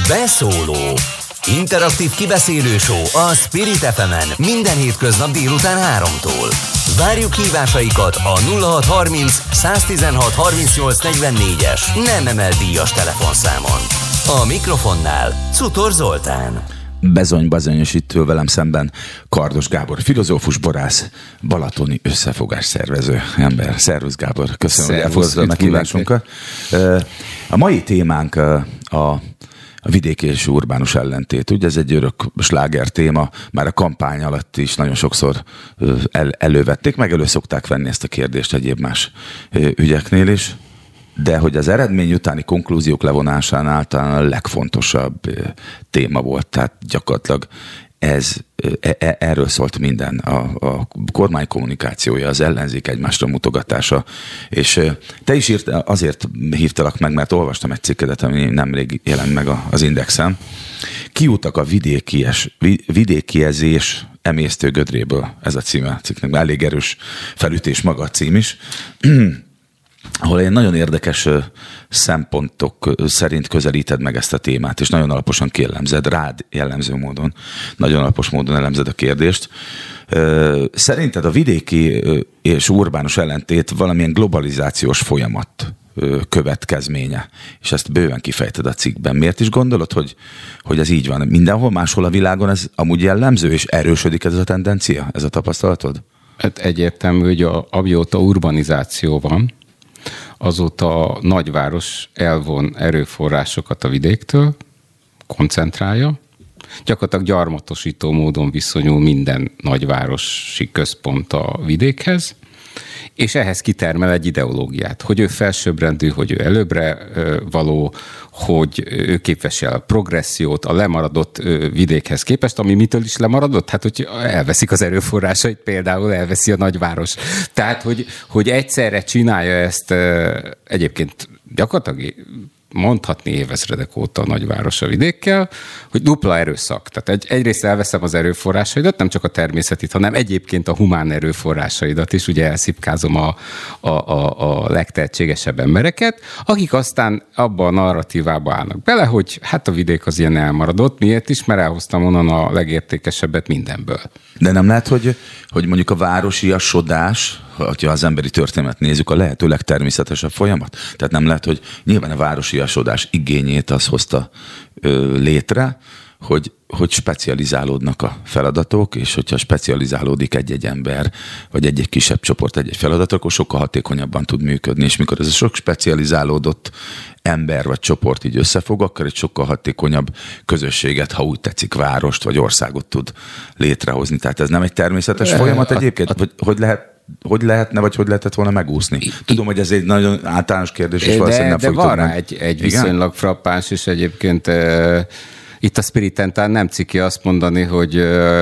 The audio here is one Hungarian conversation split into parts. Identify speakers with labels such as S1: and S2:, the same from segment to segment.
S1: Beszóló. Interaktív kibeszélő show a Spirit FM-en minden hétköznap délután 3-tól. Várjuk hívásaikat a 0630 116 38 44-es nem emel díjas telefonszámon. A mikrofonnál Czutor Zoltán.
S2: Bizonyosítő velem szemben Kardos Gábor, filozófus, borász, balatoni összefogás szervező ember. Szervusz Gábor, köszönöm, hogy elfogadtad a meghívásunkat. A mai témánk a vidéki és urbánus ellentét. Ugye ez egy örök sláger téma, már a kampány alatt is nagyon sokszor elővették, meg elő szokták venni ezt a kérdést egyéb más ügyeknél is. De hogy az eredmény utáni konklúziók levonásánál talán a legfontosabb téma volt. Tehát gyakorlatilag erről szólt minden. A kormány kommunikációja, az ellenzék egymásra mutogatása. És te is azért hívtalak meg, mert olvastam egy cikkedet, ami nemrég jelent meg az Indexen. Kiútak a vidékiezés emésztő gödréből. Ez a címe a cikknek. Elég erős felütés maga a cím is. Ahol egy nagyon érdekes szempontok szerint közelíted meg ezt a témát, és nagyon alaposan kielemzed, rád jellemző módon, nagyon alapos módon elemzed a kérdést. Szerinted a vidéki és urbánus ellentét valamilyen globalizációs folyamat következménye, és ezt bőven kifejted a cikkben. Miért is gondolod, hogy ez így van? Mindenhol máshol a világon ez amúgy jellemző, és erősödik ez a tendencia, ez a tapasztalatod?
S3: Hát egyértelmű, hogy amióta urbanizáció van, azóta a nagyváros elvon erőforrásokat a vidéktől, koncentrálja, gyakorlatilag gyarmatosító módon viszonyul minden nagyvárosi központ a vidékhez, és ehhez kitermel egy ideológiát, hogy ő felsőbbrendű, hogy ő előbbre való, hogy ő képvisel a progressziót a lemaradott vidékhez képest, ami mitől is lemaradott? Hát, hogy elveszik az erőforrásait, például elveszi a nagyváros. Tehát, hogy egyszerre csinálja ezt egyébként gyakorlatilag mondhatni évezredek óta a nagyváros a vidékkel, hogy dupla erőszak. Tehát egyrészt elveszem az erőforrásaidat, nem csak a természetit, hanem egyébként a humán erőforrásaidat is, ugye elszipkázom a legtehetségesebb embereket, akik aztán abba a narratívába állnak bele, hogy hát a vidék az ilyen elmaradott. Miért is? Mert elhoztam onnan a legértékesebbet mindenből.
S2: De nem lehet, hogy mondjuk a városiasodás, ha az emberi történetet nézzük, a lehető legtermészetesebb folyamat? Tehát nem lehet, hogy nyilván a városiasodás igényét az hozta létre, hogy specializálódnak a feladatok, és hogyha specializálódik egy-egy ember, vagy egy-egy kisebb csoport egy-egy feladat, akkor sokkal hatékonyabban tud működni, és mikor ez a sok specializálódott ember vagy csoport így összefog, akkor egy sokkal hatékonyabb közösséget, ha úgy tetszik, várost vagy országot tud létrehozni. Tehát ez nem egy természetes folyamat egyébként? Hogy lehetne, vagy hogy lehetett volna megúszni? Tudom, hogy ez egy nagyon általános kérdés, és valószínűleg nem fogjuk
S3: tudni. De van rá egy viszonylag frappáns, és egyébként itt a Spiriten talán nem ciki azt mondani, hogy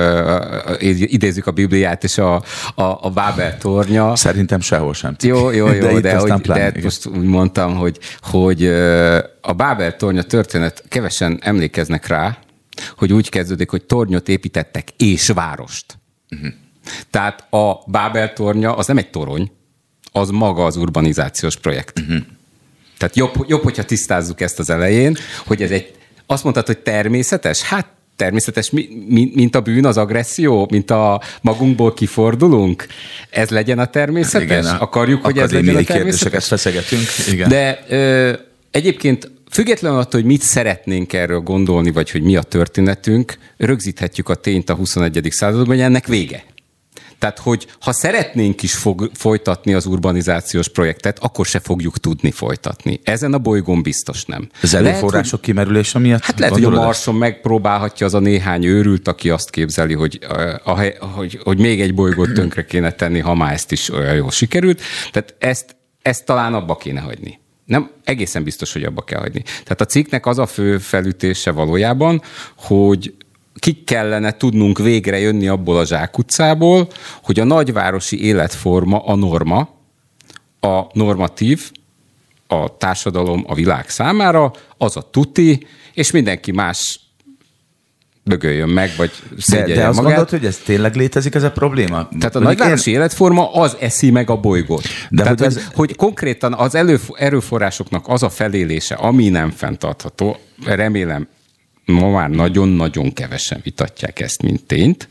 S3: idézzük a Bibliát, és a Bábel tornya.
S2: Szerintem sehol sem ciki.
S3: Jó, de most úgy mondtam, hogy a Bábel tornya történet, kevesen emlékeznek rá, hogy úgy kezdődik, hogy tornyot építettek és várost. Uh-huh. Tehát a Bábel tornya az nem egy torony, az maga az urbanizációs projekt. Uh-huh. Tehát jobb, hogyha tisztázzuk ezt az elején, hogy ez egy, azt mondtad, hogy természetes? Hát természetes, mint a bűn, az agresszió, mint a magunkból kifordulunk? Ez legyen a természetes? Igen, akarjuk, hogy ez legyen a természetes?
S2: Feszegetünk. Igen.
S3: De egyébként függetlenül attól, hogy mit szeretnénk erről gondolni, vagy hogy mi a történetünk, rögzíthetjük a tényt a 21. században, hogy ennek vége. Tehát, hogy ha szeretnénk is folytatni az urbanizációs projektet, akkor se fogjuk tudni folytatni. Ezen a bolygón biztos nem.
S2: Az erőforrások kimerülése miatt?
S3: Hát lehet, hogy a Marson megpróbálhatja az a néhány őrült, aki azt képzeli, hogy még egy bolygót tönkre kéne tenni, ha már ezt is olyan jól sikerült. Tehát ezt talán abba kéne hagyni. Nem, egészen biztos, hogy abba kell hagyni. Tehát a cikknek az a fő felütése valójában, hogy ki kellene tudnunk végre jönni abból a zsákutcából, hogy a nagyvárosi életforma a norma, a normatív, a társadalom a világ számára, az a tuti, és mindenki más bögöljön meg, vagy szégyelje magát.
S2: De azt mondod, hogy ez tényleg létezik, ez a probléma?
S3: Tehát a nagyvárosi életforma az eszi meg a bolygót. De tehát, hogy konkrétan az erőforrásoknak az a felélése, ami nem fenntartható, remélem ma már nagyon-nagyon kevesen vitatják ezt, mint tényt.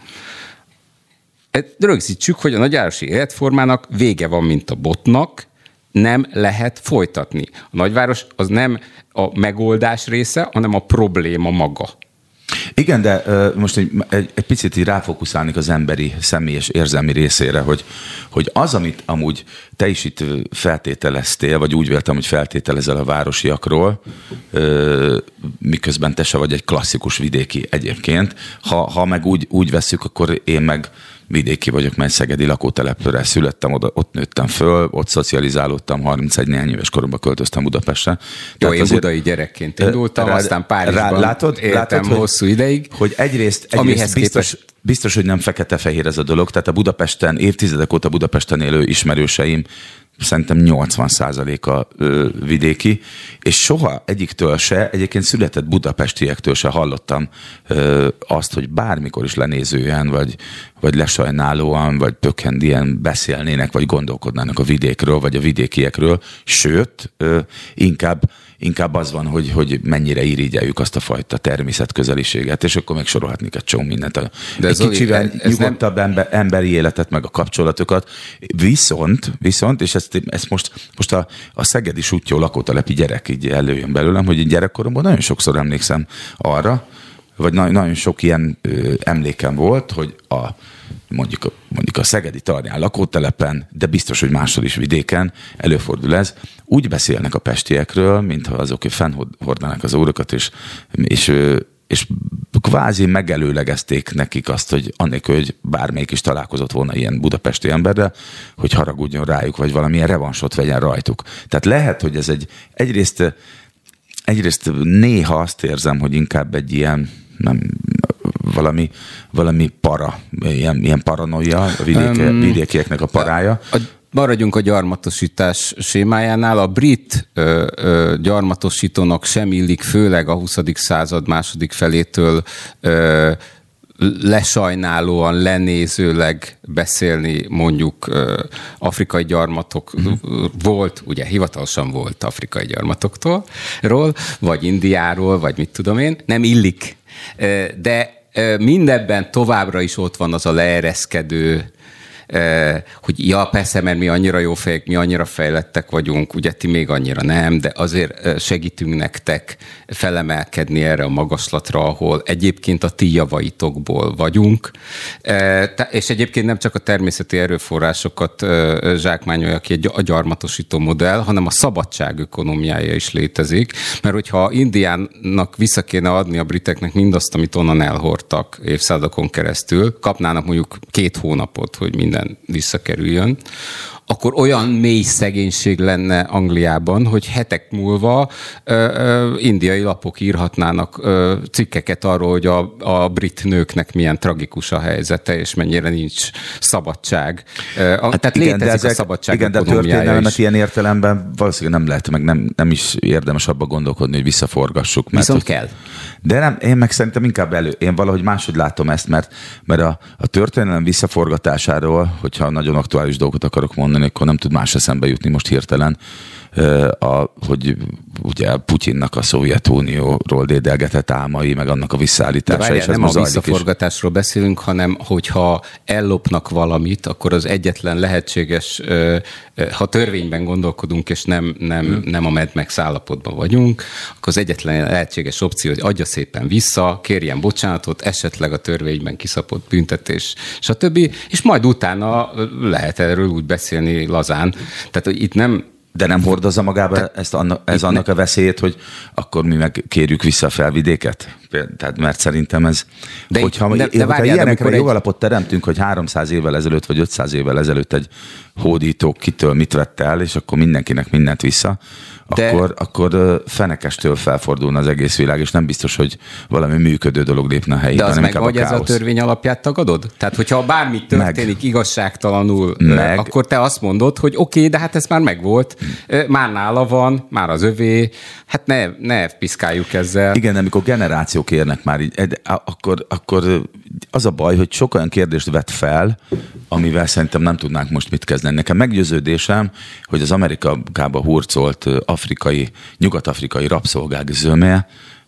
S3: Rögzítsük, hogy a nagyvárosi életformának vége van, mint a botnak, nem lehet folytatni. A nagyváros az nem a megoldás része, hanem a probléma maga.
S2: Igen, de most egy picit így ráfókuszálnék az emberi, személyes, érzelmi részére, hogy az, amit amúgy te is itt feltételeztél, vagy úgy véltem, hogy feltételezel a városiakról, miközben te se vagy egy klasszikus vidéki egyébként. Ha meg úgy vesszük, akkor én meg vidéki vagyok, mert szegedi lakótelepre születtem, ott nőttem föl, ott szocializálódtam, 31 néhány éves koromban költöztem Budapestre.
S3: Jó, én budai gyerekként indultam, aztán Párizsban éltem hosszú ideig.
S2: Hogy egyrészt biztos, hogy nem fekete-fehér ez a dolog, tehát a Budapesten, évtizedek óta Budapesten élő ismerőseim szerintem 80%-a vidéki, és soha egyiktől se, egyébként született budapestiektől se hallottam azt, hogy bármikor is lenézően, vagy lesajnálóan, vagy pökhendien beszélnének, vagy gondolkodnának a vidékről, vagy a vidékiekről, sőt, inkább az van, hogy mennyire irigyeljük azt a fajta természetközeliséget, és akkor még sorolhatnék egy csomó mindent. De egy kicsivel nyugodtabb emberi életet, meg a kapcsolatokat. Viszont és ezt most a szegedi Suttyó lakótelepi gyerek így előjön belőlem, hogy én gyerekkoromban nagyon sokszor emlékszem arra, vagy nagyon sok ilyen emlékem volt, hogy mondjuk a szegedi Tarján lakótelepen, de biztos, hogy máshol is vidéken előfordul ez, úgy beszélnek a pestiekről, mintha azok fennhordanák az órokat, és kvázi megelőlegezték nekik azt, hogy annélkül, hogy bármelyik is találkozott volna ilyen budapesti emberrel, hogy haragudjon rájuk, vagy valamilyen revansot vegyen rajtuk. Tehát lehet, hogy ez egyrészt néha azt érzem, hogy inkább egy ilyen valami para, ilyen paranoia, a vidékieknek a parája.
S3: Maradjunk a gyarmatosítás sémájánál. A brit gyarmatosítónak sem illik, főleg a 20. század második felétől lesajnálóan, lenézőleg beszélni mondjuk afrikai gyarmatok volt, ugye hivatalosan volt afrikai gyarmatoktól, vagy Indiáról, vagy mit tudom én, nem illik. De mindebben továbbra is ott van az a leereszkedő, hogy ja, persze, mert mi annyira jó fejek, mi annyira fejlettek vagyunk, ugye ti még annyira nem, de azért segítünk nektek felemelkedni erre a magaslatra, ahol egyébként a ti javaitokból vagyunk. És egyébként nem csak a természeti erőforrásokat zsákmányolja ki a gyarmatosító modell, hanem a szabadság ökonomiája is létezik, mert hogyha Indiának vissza kéne adni a briteknek mindazt, amit onnan elhordtak évszázadokon keresztül, kapnának mondjuk 2 hónapot, hogy minden visszakerüljön, akkor olyan mély szegénység lenne Angliában, hogy hetek múlva indiai lapok írhatnának cikkeket arról, hogy a brit nőknek milyen tragikus a helyzete, és mennyire nincs szabadság. Tehát igen, létezik a szabadság.
S2: Igen, de a történelmet ilyen értelemben valószínűleg nem lehet, meg nem is érdemes abba gondolkodni, hogy visszaforgassuk.
S3: Viszont kell.
S2: De nem, én meg szerintem inkább én valahogy máshogy látom ezt, mert a történelem visszaforgatásáról, hogyha nagyon aktuális dolgot akarok mondani, akkor nem tud más eszembe jutni most hirtelen, hogy ugye Putyinnak a Szovjetunióról dédelgetett álmai, meg annak a visszaállítása.
S3: De várjál, nem a visszaforgatásról beszélünk, hanem hogyha ellopnak valamit, akkor az egyetlen lehetséges, ha törvényben gondolkodunk, és nem a Mad Max állapotban vagyunk, akkor az egyetlen lehetséges opció, hogy adja szépen vissza, kérjen bocsánatot, esetleg a törvényben kiszabott büntetés, stb. És majd utána lehet erről úgy beszélni lazán. Tehát, hogy itt nem...
S2: De nem hordozza magába annak a veszélyét, hogy akkor mi meg kérjük vissza a felvidéket? Tehát, mert szerintem ez... hogyha ilyenekre jogalapot teremtünk, hogy 300 évvel ezelőtt, vagy 500 évvel ezelőtt egy hódító kitől mit vett el, és akkor mindenkinek mindent vissza, akkor fenekestől felfordulna az egész világ, és nem biztos, hogy valami működő dolog lépne a helyében.
S3: De az meg, hogy ez a törvény alapját tagadod? Tehát, hogyha bármi történik igazságtalanul, akkor te azt mondod, hogy oké, de hát ez már megvolt, már nála van, már az övé, hát ne piszkáljuk ezzel.
S2: Igen, amikor generációk érnek már így, akkor az a baj, hogy sok olyan kérdést vet fel, amivel szerintem nem tudnánk most mit kezdeni. Nekem meggyőződésem, hogy az Amerikába hurcolt nyugat-afrikai rabszolgák zöme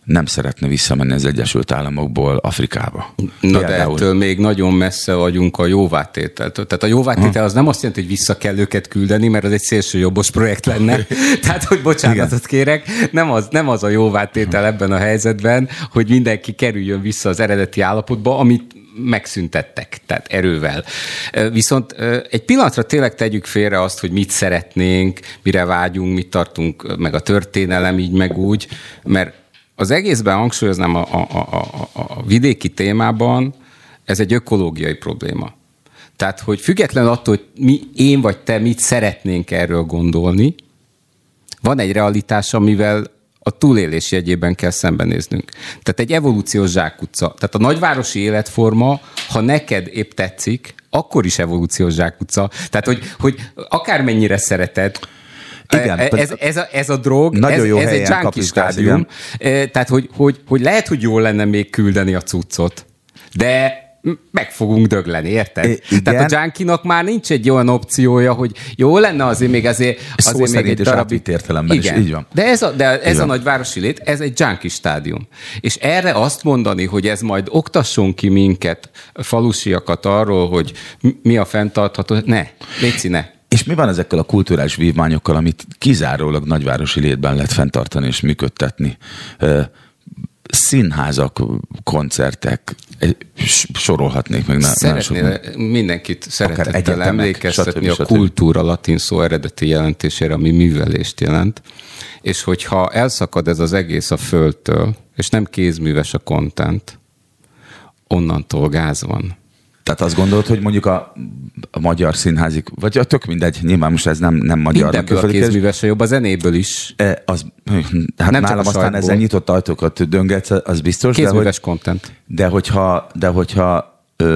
S2: nem szeretne visszamenni az Egyesült Államokból Afrikába.
S3: Na de ettől még nagyon messze vagyunk a jóvátételtől. Tehát a jóvátétel az nem azt jelenti, hogy vissza kell őket küldeni, mert az egy szélsőjobbos projekt lenne. Tehát, hogy bocsánatot kérek, nem az a jóvátétel ebben a helyzetben, hogy mindenki kerüljön vissza az eredeti állapotba, amit megszüntettek, tehát erővel. Viszont egy pillanatra tényleg tegyük félre azt, hogy mit szeretnénk, mire vágyunk, mit tartunk, meg a történelem így, meg úgy, mert az egészben hangsúlyoznám a vidéki témában, ez egy ökológiai probléma. Tehát, hogy független attól, hogy én vagy te mit szeretnénk erről gondolni, van egy realitás, amivel a túlélés jegyében kell szembenéznünk. Tehát egy evolúciós zsákutca. Tehát a nagyvárosi életforma, ha neked épp tetszik, akkor is evolúciós zsákutca. Tehát, hogy akármennyire szereted, igen, ez a drog, ez egy junkie stádium. Tehát, hogy lehet, hogy jól lenne még küldeni a cuccot, de meg fogunk dögleni, érted? Igen. Tehát a junkinak már nincs egy olyan opciója, hogy jó lenne azért még még egy darabig.
S2: Értelemben is, így van.
S3: De ez a nagyvárosi lét, ez egy junkie stádium. És erre azt mondani, hogy ez majd oktasson ki minket, falusiakat arról, hogy mi a fenntartható, léci, ne.
S2: És mi van ezekkel a kulturális vívmányokkal, amit kizárólag nagyvárosi létben lehet fenntartani és működtetni? Színházak, koncertek, sorolhatnék meg.
S3: Mindenkit szeretettel emlékeztetni a kultúra latin szó eredeti jelentésére, ami művelést jelent, és hogyha elszakad ez az egész a földtől, és nem kézműves a content, onnantól gáz van.
S2: Tehát azt gondolod, hogy mondjuk a magyar színházik, vagy tök mindegy, nyilván most ez nem magyar.
S3: Mindenből a kézműves a jobb, a zenéből is.
S2: Hát nem nálam aztán ezzel nyitott ajtókat döngetsz, az biztos.
S3: Kézműves content.
S2: De hogyha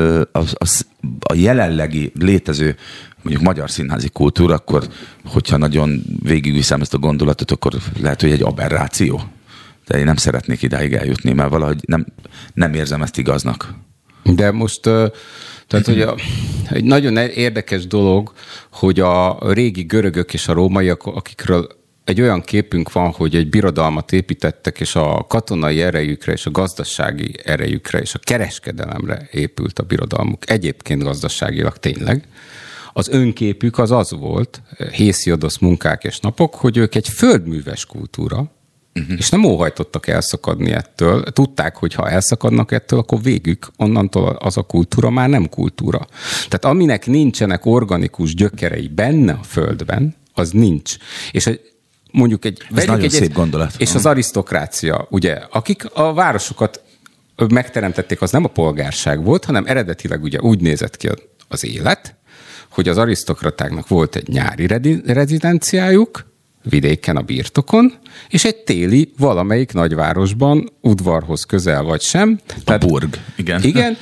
S2: a jelenlegi létező mondjuk magyar színházi kultúra, akkor hogyha nagyon végigviszem ezt a gondolatot, akkor lehet, hogy egy aberráció. De én nem szeretnék idáig eljutni, mert valahogy nem érzem ezt igaznak.
S3: De most, tehát hogy egy nagyon érdekes dolog, hogy a régi görögök és a rómaiak, akikről egy olyan képünk van, hogy egy birodalmat építettek, és a katonai erejükre, és a gazdasági erejükre, és a kereskedelemre épült a birodalmuk. Egyébként gazdaságilag tényleg. Az önképük az volt, Hésziodosz munkák és napok, hogy ők egy földműves kultúra, és nem óhajtottak elszakadni ettől. Tudták, hogy ha elszakadnak ettől, akkor végük onnantól az a kultúra már nem kultúra. Tehát aminek nincsenek organikus gyökerei benne a földben, az nincs. És mondjuk
S2: egy szép gondolat.
S3: És az arisztokrácia, ugye, akik a városokat megteremtették, az nem a polgárság volt, hanem eredetileg ugye úgy nézett ki az élet, hogy az arisztokratáknak volt egy nyári rezidenciájuk, vidéken a birtokon, és egy téli valamelyik nagyvárosban, udvarhoz közel vagy sem.
S2: A burg, igen.
S3: Igen,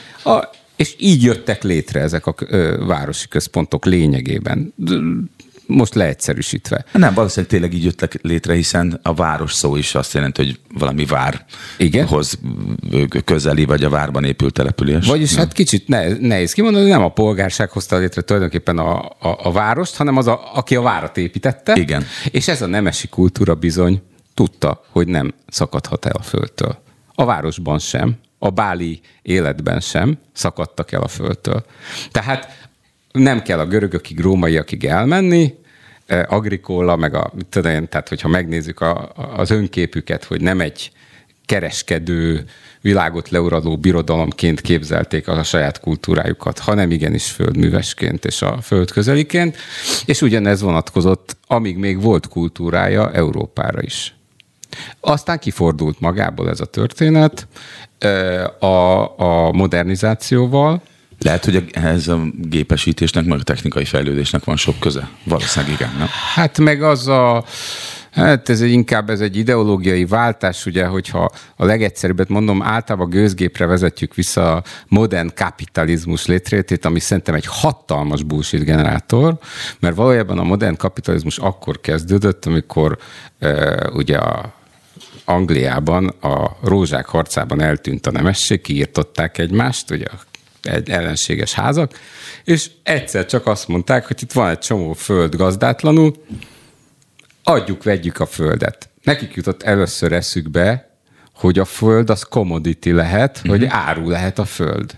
S3: és így jöttek létre ezek a városi központok lényegében. Most leegyszerűsítve.
S2: Nem, valószínűleg tényleg így jöttek létre, hiszen a város szó is azt jelenti, hogy valami várhoz közeli, vagy a várban épült település.
S3: Vagyis hát kicsit nehéz kimondani, nem a polgárság hozta létre tulajdonképpen a várost, hanem az, aki a várat építette.
S2: Igen.
S3: És ez a nemesi kultúra bizony tudta, hogy nem szakadhat el a földtől. A városban sem, a báli életben sem szakadtak el a földtől. Tehát nem kell a görögökig, rómaiakig elmenni, Agricola, meg tehát hogyha megnézzük az önképüket, hogy nem egy kereskedő, világot leuraló birodalomként képzelték a saját kultúrájukat, hanem igenis földművesként és a földközeliként, és ugyanez vonatkozott, amíg még volt kultúrája, Európára is. Aztán kifordult magából ez a történet a modernizációval. Lehet, hogy ez a gépesítésnek, meg a technikai fejlődésnek van sok köze. Valószínűleg igen, nem? Hát meg ez egy ideológiai váltás, ugye, hogyha a legegyszerűbbet mondom, általában gőzgépre vezetjük vissza a modern kapitalizmus létrejöttét, ami szerintem egy hatalmas bullshit generátor, mert valójában a modern kapitalizmus akkor kezdődött, amikor ugye Angliában a rózsák harcában eltűnt a nemesség, kiirtották egymást, ugye egy ellenséges házak, és egyszer csak azt mondták, hogy itt van egy csomó föld gazdátlanul, vegyük a földet. Nekik jutott először eszükbe, hogy a föld az commodity lehet, hogy áru lehet a föld.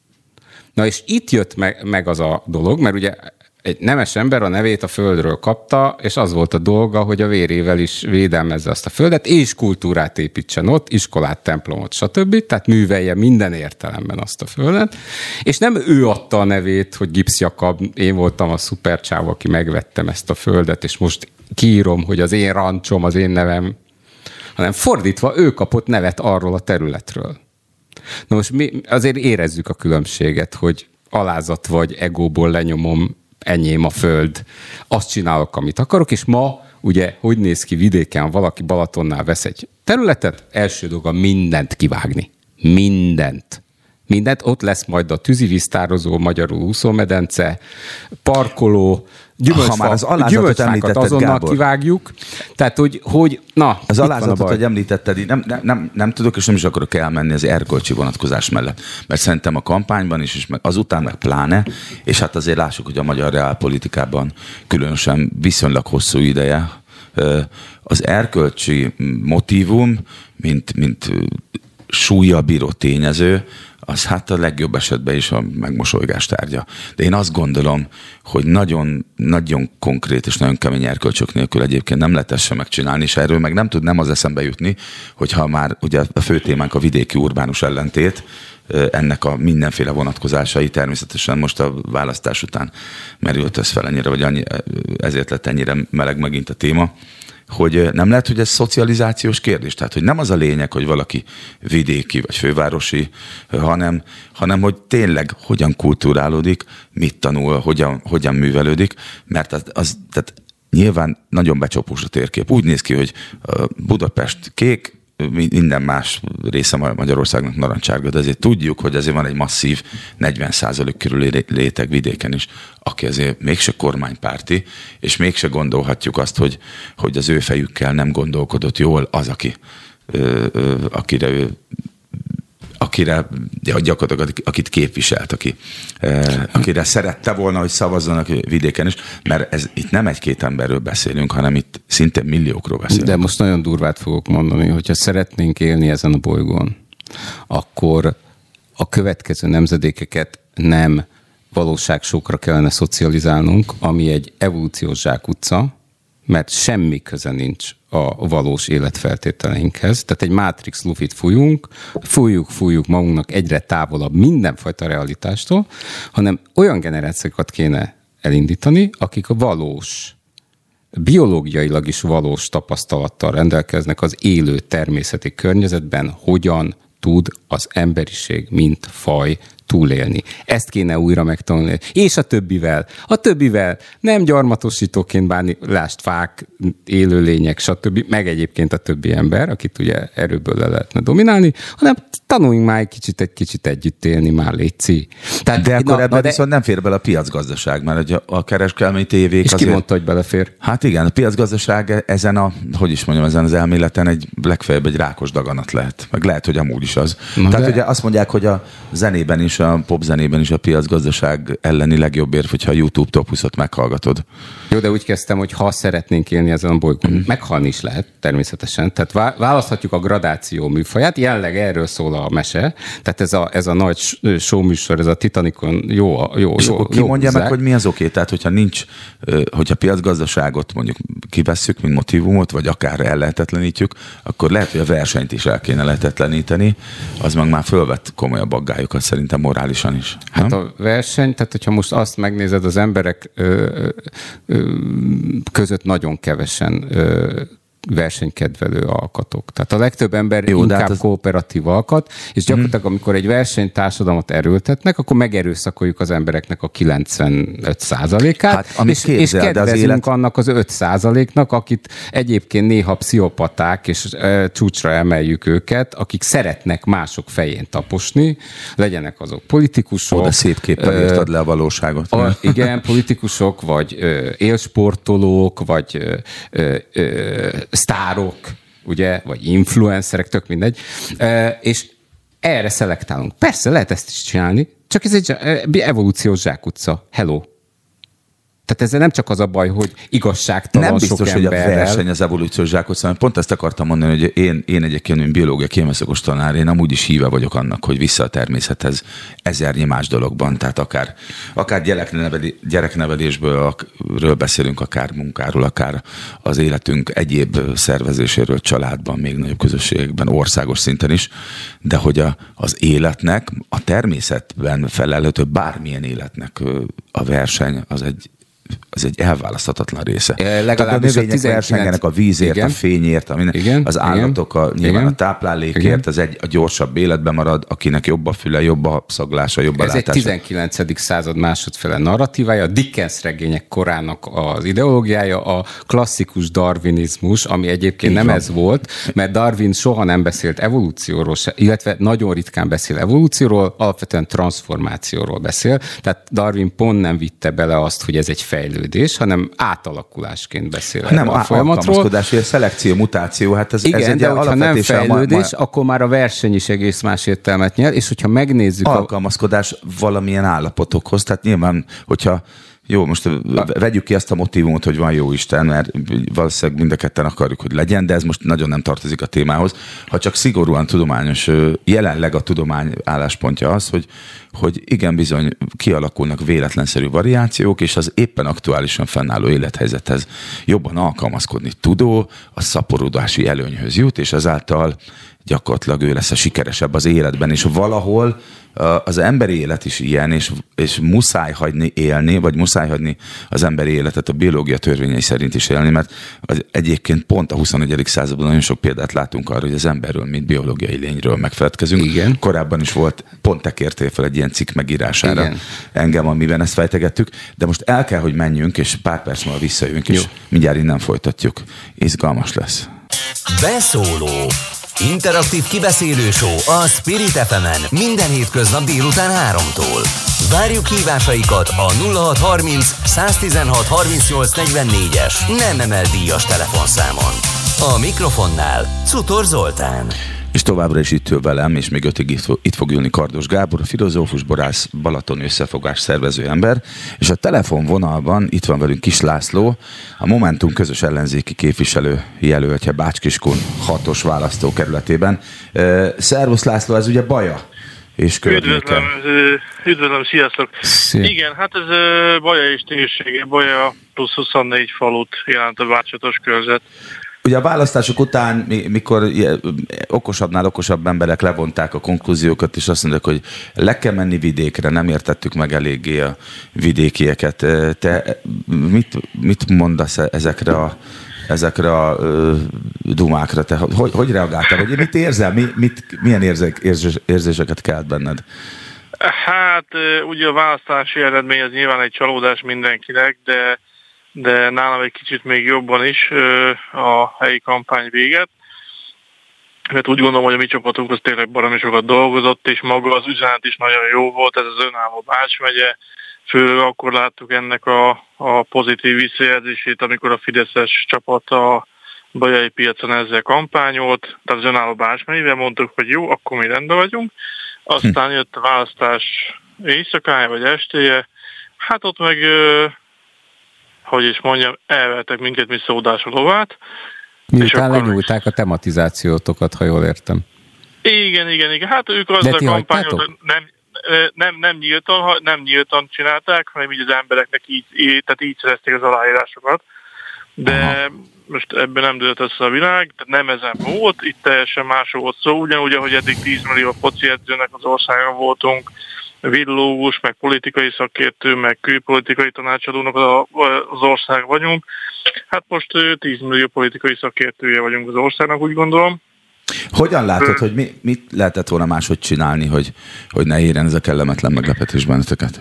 S3: Na és itt jött meg az a dolog, mert ugye egy nemes ember a nevét a földről kapta, és az volt a dolga, hogy a vérével is védelmezze azt a földet, és kultúrát építsen ott, iskolát, templomot, stb. Tehát művelje minden értelemben azt a földet. És nem ő adta a nevét, hogy Gibbs Jakab, én voltam a szupercsáv, aki megvettem ezt a földet, és most kiírom, hogy az én rancsom, az én nevem, hanem fordítva ő kapott nevet arról a területről. Na most mi azért érezzük a különbséget, hogy alázat vagy egóból lenyomom, enyém a föld, azt csinálok, amit akarok, és ma ugye, hogy néz ki vidéken, valaki Balatonnál vesz egy területet, első dolga mindent kivágni. Mindent. Ott lesz majd a tűzivíztározó, magyarul úszómedence, parkoló, gyümölcsfákat azonnal Gábor, kivágjuk. Tehát, hogy na,
S2: az alázatot, hogy említetted, nem tudok, és nem is akarok elmenni az erkölcsi vonatkozás mellett. Mert szerintem a kampányban is, és azután meg pláne, és hát azért lássuk, hogy a magyar reálpolitikában különösen viszonylag hosszú ideje az erkölcsi motívum, mint súlya bíró tényező, az hát a legjobb esetben is a megmosolygás tárgya. De én azt gondolom, hogy nagyon, nagyon konkrét és nagyon kemény erkölcsök nélkül egyébként nem lehet ezt sem megcsinálni, és erről meg nem az eszembe jutni, hogyha már ugye a fő témánk a vidéki urbánus ellentét, ennek a mindenféle vonatkozásai természetesen most a választás után merült ez fel ennyire, vagy ezért lett ennyire meleg megint a téma, hogy nem lehet, hogy ez szocializációs kérdés. Tehát, hogy nem az a lényeg, hogy valaki vidéki vagy fővárosi, hanem hogy tényleg hogyan kulturálódik, mit tanul, hogyan művelődik, mert tehát nyilván nagyon becsapós a térkép. Úgy néz ki, hogy Budapest kék, minden más része Magyarországnak narancsárga, de azért tudjuk, hogy azért van egy masszív 40% körüli réteg vidéken is, aki azért mégse kormánypárti, és mégse gondolhatjuk azt, hogy az ő fejükkel nem gondolkodott jól az, akire gyakorlatilag akit képviselt, akire szerette volna, hogy szavazzanak vidéken is, mert itt nem egy-két emberről beszélünk, hanem itt szinte milliókról beszélünk.
S3: De most nagyon durvát fogok mondani, hogyha szeretnénk élni ezen a bolygón, akkor a következő nemzedékeket nem valóságsókra kellene szocializálnunk, ami egy evolúciós zsákutca, mert semmi köze nincs a valós életfeltételeinkhez. Tehát egy Matrix lufit fújjuk magunknak egyre távolabb mindenfajta realitástól, hanem olyan generációkat kéne elindítani, akik a valós, biológiailag is valós tapasztalattal rendelkeznek az élő természeti környezetben, hogyan tud az emberiség, mint faj túlélni. Ezt kéne újra megtanulni. És a többivel nem gyarmatosítóként bánni, lásd fák, élőlények, stb., meg egyébként a többi ember, akit ugye erőből le lehetne dominálni, hanem tanuljunk már egy kicsit együtt élni, már létszi.
S2: De akkor ebben viszont nem fér bele a piacgazdaság, mert a kereskedelmi tévék
S3: és azért... ki mondta, hogy belefér?
S2: Hát igen, a piacgazdaság ezen az elméleten legfeljebb egy rákos daganat lehet. Meg lehet, hogy amúgy is az. Tehát ugye azt mondják, hogy a zenében is, a popzenében is a piacgazdaság elleni legjobb érv, hogyha a YouTube Top 20-ot meghallgatod.
S3: Jó, de úgy kezdtem, hogy ha szeretnénk élni ezen a bolygón, meghalni is lehet, természetesen. Tehát választhatjuk a gradáció műfaját, jelenleg erről szól a mese, tehát ez a nagy showműsor, ez a Titanicon jó.
S2: És akkor ki mondja meg, hogy mi az oké? Tehát, hogyha piacgazdaságot mondjuk kivesszük, mint motívumot, vagy akár ellehetetlenítjük, akkor lehet, hogy a versenyt is el kéne lehetetleníteni, az meg már fölvett komolyabb aggályokat szerintem morálisan is.
S3: Hát a verseny, tehát hogyha most azt megnézed, az emberek között nagyon kevesen versenykedvelő alkatok. Tehát a legtöbb ember inkább kooperatív alkat, és gyakorlatilag amikor egy versenytársadalmat erőltetnek, akkor megerőszakoljuk az embereknek a 95%-át, és kedvezünk annak az 5%-nak, akit egyébként néha pszichopaták, és csúcsra emeljük őket, akik szeretnek mások fején taposni, legyenek azok politikusok.
S2: Oda szép képpen írtad le a valóságot.
S3: Igen, politikusok, vagy élsportolók, vagy sztárok, ugye, vagy influencerek, tök mindegy, és erre szelektálunk. Persze, lehet ezt is csinálni, csak ez egy evolúciós zsákutca. Hello. Tehát ezzel nem csak az a baj, hogy igazságtalan
S2: nem
S3: sok
S2: biztos,
S3: emberrel.
S2: Hogy a verseny az evolúciós zsákutca, pont ezt akartam mondani, hogy én egyébként, mint biológia kémeszakos tanár, én amúgy is híve vagyok annak, hogy vissza a természethez ezernyi más dologban, tehát akár gyereknevelésből beszélünk, akár munkáról, akár az életünk egyéb szervezéséről, családban, még nagyobb közösségekben, országos szinten is, de hogy az életnek, a természetben felelhető bármilyen életnek a verseny az egy elválaszthatatlan része.
S3: Legalábbis
S2: a növények versengenek a vízért, igen, a fényért, az állatok nyilván a táplálékért, az a gyorsabb életben marad, akinek jobb a füle, jobb a szaglása, jobb a látása.
S3: Ez egy 19. század másodfele narratívája, a Dickens regények korának az ideológiája, a klasszikus darwinizmus, ami egyébként nem ez volt, mert Darwin soha nem beszélt evolúcióról, illetve nagyon ritkán beszél evolúcióról, alapvetően transformációról beszél, tehát Darwin pont nem vitte bele azt, hogy ez egy fejlődés, hanem átalakulásként beszél
S2: nem
S3: a folyamatról.
S2: Alkalmazkodás, vagy a szelekció, mutáció, hát ez
S3: igen,
S2: egy
S3: de hogyha nem fejlődés, akkor már a verseny is egész más értelmet nyer, és hogyha megnézzük...
S2: Alkalmazkodás valamilyen állapotokhoz, tehát nyilván, hogyha jó, most vegyük ki azt a motívumot, hogy van jó Isten, mert valószínűleg mind a ketten akarjuk, hogy legyen, de ez most nagyon nem tartozik a témához. Ha csak szigorúan tudományos, jelenleg a tudomány álláspontja az, hogy igen, bizony kialakulnak véletlenszerű variációk, és az éppen aktuálisan fennálló élethelyzethez jobban alkalmazkodni tudó, a szaporodási előnyhöz jut, és ezáltal gyakorlatilag ő lesz a sikeresebb az életben, és valahol az emberi élet is ilyen, és muszáj hagyni élni, vagy muszáj hagyni az emberi életet a biológia törvényei szerint is élni, mert egyébként pont a 21. században nagyon sok példát látunk arra, hogy az emberről, mint biológiai lényről megfeledkezünk.
S3: Igen.
S2: Korábban is volt, pont te kértél fel egy ilyen cikk megírására, igen, engem, amiben ezt fejtegettük, de most el kell, hogy menjünk, és pár perc múlva visszajövünk, és mindjárt innen folytatjuk. Izgalmas lesz.
S1: Beszóló. Interaktív kibeszélő show a Spirit FM-en minden hétköznap délután 3-tól. Várjuk hívásaikat a 0630 116 38 44-es nem emel díjas telefonszámon. A mikrofonnál Czutor Zoltán.
S2: És továbbra is itt ül velem, és még 5-ig itt fog ülni Kardos Gábor, a filozófus, borász, balatoni összefogás szervező ember, és a telefonvonalban itt van velünk Kis László, a Momentum közös ellenzéki képviselő jelöltje Bács-Kiskun 6-os választókerületében. Szervusz László, ez ugye Baja és környéke.
S4: Üdvözlöm, sziasztok! Szia. Igen, hát ez Baja és térsége, Baja plusz 24 falut jelent a Bácsatos körzet.
S2: Ugye a választások után, mikor okosabbnál okosabb emberek levonták a konklúziókat, és azt mondják, hogy le kell menni vidékre, nem értettük meg eléggé a vidékieket. Te mit mondasz ezekre a dumákra? Te hogy reagáltál? Vagy mit érzel? Milyen érzéseket kelt benned?
S4: Hát ugye a választási eredmény az nyilván egy csalódás mindenkinek, de nálam egy kicsit még jobban is a helyi kampány véget. Mert úgy gondolom, hogy a mi csapatunk az tényleg baromi sokat dolgozott, és maga az üzenet is nagyon jó volt, ez az önálló Bács megye. Főleg akkor láttuk ennek a pozitív visszajelzését, amikor a fideszes csapat a bajai piacon ezzel kampányolt, tehát az önálló Bács megyével mondtuk, hogy jó, akkor mi rendben vagyunk. Aztán jött a választás éjszakája vagy estéje, hát ott meg... hogy is mondjam, elvertek minket, mint szódás a lovát.
S3: Miután lenyúlták a tematizációtokat, ha jól értem.
S4: Igen. Hát ők azzal a kampányot nem nyíltan csinálták, hanem így az embereknek így szerezték az aláírásokat. De aha, most ebben nem dőlt össze a világ, tehát nem ezen volt, itt teljesen más volt szó. Ugyanúgy, ahogy eddig 10 millió foci edzőnek az országon voltunk, villógus, meg politikai szakértő, meg külpolitikai tanácsadónak az ország vagyunk. Hát most 10 millió politikai szakértője vagyunk az országnak, úgy gondolom.
S2: Hogyan látod, hogy mit lehetett volna máshogy csinálni, hogy ne érjen ez a kellemetlen meglepetés benneteket?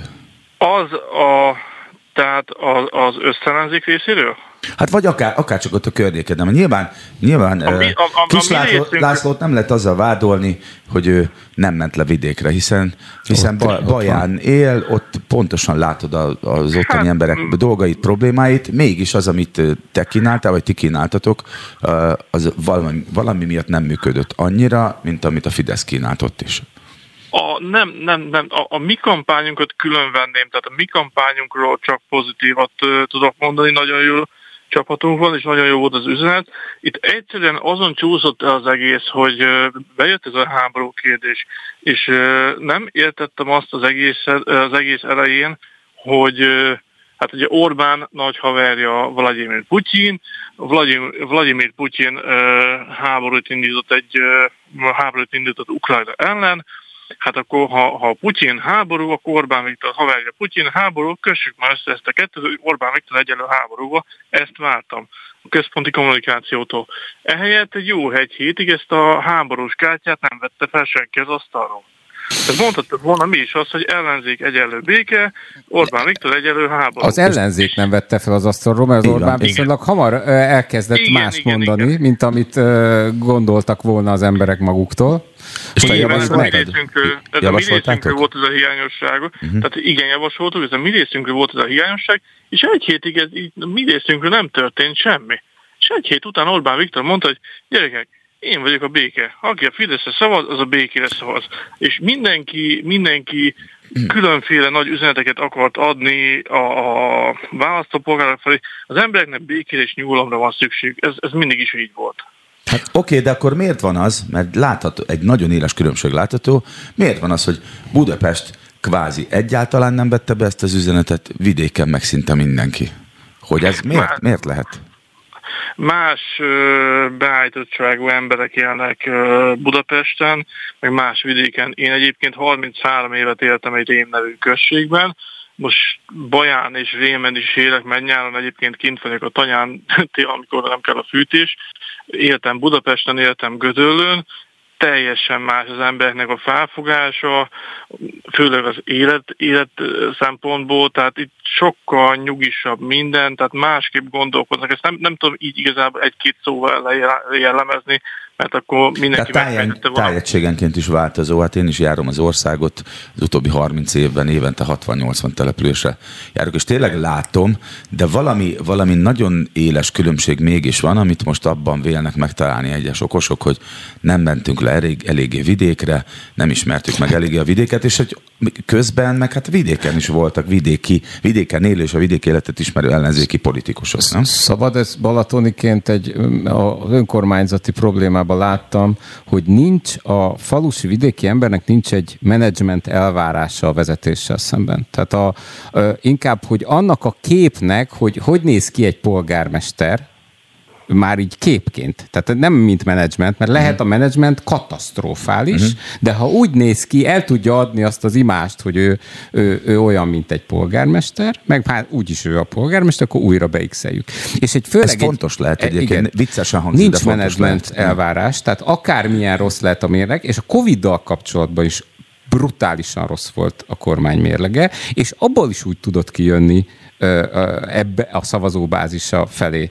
S4: Tehát az összellenzék részéről?
S2: Hát vagy akár csak ott a környéken, de nyilván Kis Lászlót nem lehet azzal vádolni, hogy ő nem ment le vidékre, hiszen Baján él, ott pontosan látod az ottani emberek dolgait, problémáit, mégis az, amit te kínáltál, vagy ti kínáltatok, az valami miatt nem működött annyira, mint amit a Fidesz kínált ott is.
S4: nem. A mi kampányunkat külön venném, tehát a mi kampányunkról csak pozitívat tudok mondani, nagyon jó csapatunk van, és nagyon jó volt az üzenet. Itt egyszerűen azon csúszott el az egész, hogy bejött ez a háború kérdés, és nem értettem azt az egész elején, hogy hát ugye Orbán nagy haverja Vladimir Putyin, Vladimir Putyin háborút indított Ukrajna ellen. Hát akkor, ha Putyin háború, akkor Orbán Viktor haverja Putyin háború, kössük már össze ezt a kettőt, hogy Orbán Viktor egyenlő háborúba, ezt vártam a központi kommunikációtól. Ehelyett egy jó hétig ezt a háborús kártyát nem vette fel senki az asztalról. Tehát mondhattuk volna mi is azt, hogy ellenzék egyenlő béke, Orbán Viktor egyenlő háború.
S3: Az ellenzék nem vette fel az asztalról, mert az Orbán viszonylag hamar elkezdett mást mondani, mint amit gondoltak volna az emberek maguktól.
S4: És mi részünkről volt ez a hiányosság. Tehát igen, javasoltuk, ez a mi részünkről volt ez a hiányosság, és egy hétig mi részünkről nem történt semmi. És egy hét után Orbán Viktor mondta, hogy gyerekek, én vagyok a béke. Aki a Fideszre szavaz, az a békére szavaz. És mindenki különféle nagy üzeneteket akart adni a választópolgárok felé. Az embereknek békére és nyugalomra van szükség. Ez mindig is így volt.
S2: Hát oké, de akkor miért van az, mert látható, egy nagyon éles különbség látható, miért van az, hogy Budapest kvázi egyáltalán nem vette be ezt az üzenetet, vidéken meg szinte mindenki? Hogy ez miért lehet?
S4: Más beállítottságú emberek élnek Budapesten, meg más vidéken. Én egyébként 33 évet éltem egy Rém nevű községben, most Baján és Rémen is élek, mert nyáron egyébként kint vagyok a tanyán, amikor nem kell a fűtés. Éltem Budapesten, éltem Gödöllőn, teljesen más az embernek a felfogása, főleg az élet szempontból, tehát itt sokkal nyugisabb minden, tehát másképp gondolkoznak. Ezt nem tudom így igazából egy-két szóval jellemezni, mert akkor mindenki megfejtette volna.
S2: Tájegységenként is változó, hát én is járom az országot, az utóbbi 30 évben évente 60-80 településre járok, és tényleg látom, de valami nagyon éles különbség mégis van, amit most abban vélnek megtalálni egyes okosok, hogy nem mentünk le eléggé vidékre, nem ismertük meg eléggé a vidéket, és hogy közben meg hát vidéken is voltak vidéken élő és a vidéki életet ismerő ellenzéki politikusok, nem?
S3: Szabad, ez balatoniként az önkormányzati problémában láttam, hogy nincs a falusi vidéki embernek nincs egy menedzsment elvárása a vezetéssel szemben. Tehát inkább, hogy annak a képnek, hogy néz ki egy polgármester, már így képként. Tehát nem mint menedzsment, mert lehet a menedzsment katasztrofális, de ha úgy néz ki, el tudja adni azt az imást, hogy ő olyan, mint egy polgármester, meg hát úgyis ő a polgármester, akkor újra beixeljük. És ez
S2: fontos lehet egyébként, viccesen hangzik,
S3: nincs menedzsment elvárás, tehát akármilyen rossz lehet a mérleg, és a Covid-dal kapcsolatban is brutálisan rossz volt a kormány mérlege, és abból is úgy tudott kijönni ebbe a szavazóbázisa felé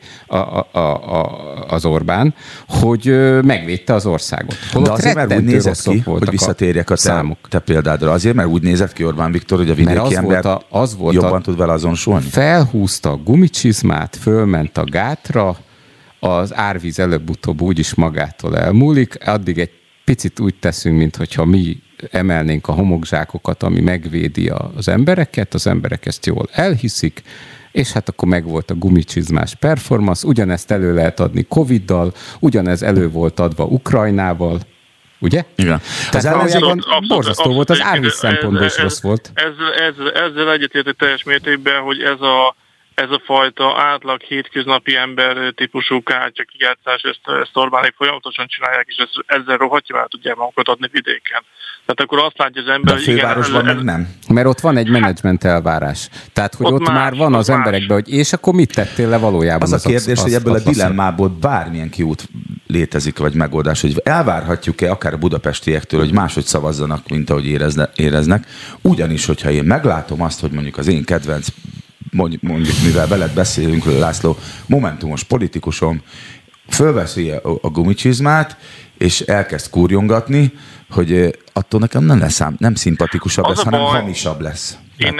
S3: az Orbán, hogy megvédte az országot.
S2: De azért már úgy nézett ki, hogy visszatérjek a te példádra, azért mert úgy nézett ki Orbán Viktor, hogy a vidéki ember jobban tud vele azonosulni?
S3: Felhúzta a gumicsizmát, fölment a gátra, az árvíz előbb-utóbb úgyis magától elmúlik, addig egy picit úgy teszünk, mintha mi emelnénk a homokzsákokat, ami megvédi az embereket ezt jól elhiszik, és hát akkor megvolt a gumicsizmás performance, ugyanezt elő lehet adni Covid-dal, ugyanez elő volt adva Ukrajnával, ugye?
S2: Igen.
S3: Tehát valójában borzasztó volt, az árvíz szempontból is rossz volt.
S4: Ezzel egyetértek teljes mértékben, hogy ez a fajta átlag hétköznapi ember típusú kártyakijátszás, ezt Orbánék folyamatosan csinálják, és ezzel rohadja el tudják magukat adni vidéken. Tehát akkor azt látja az ember,
S2: hogy fővárosban meg nem.
S3: Mert ott van egy menedzsment elvárás. Tehát, hogy ott már van az emberekben, hogy és akkor mit tettél le valójában?
S2: Az a kérdés, hogy ebből a dilemmából bármilyen kiút létezik, vagy megoldás, hogy elvárhatjuk-e akár a budapestiektől, hogy máshogy szavazzanak, mint ahogy éreznek. Ugyanis, hogyha én meglátom azt, hogy mondjuk az én kedvenc, mondjuk mivel veled beszélünk, László, momentumos politikusom fölveszi a gumicsizmát, és elkezd kurjongatni, hogy attól nekem nem szimpatikusabb lesz, hanem hamisabb lesz.
S4: Én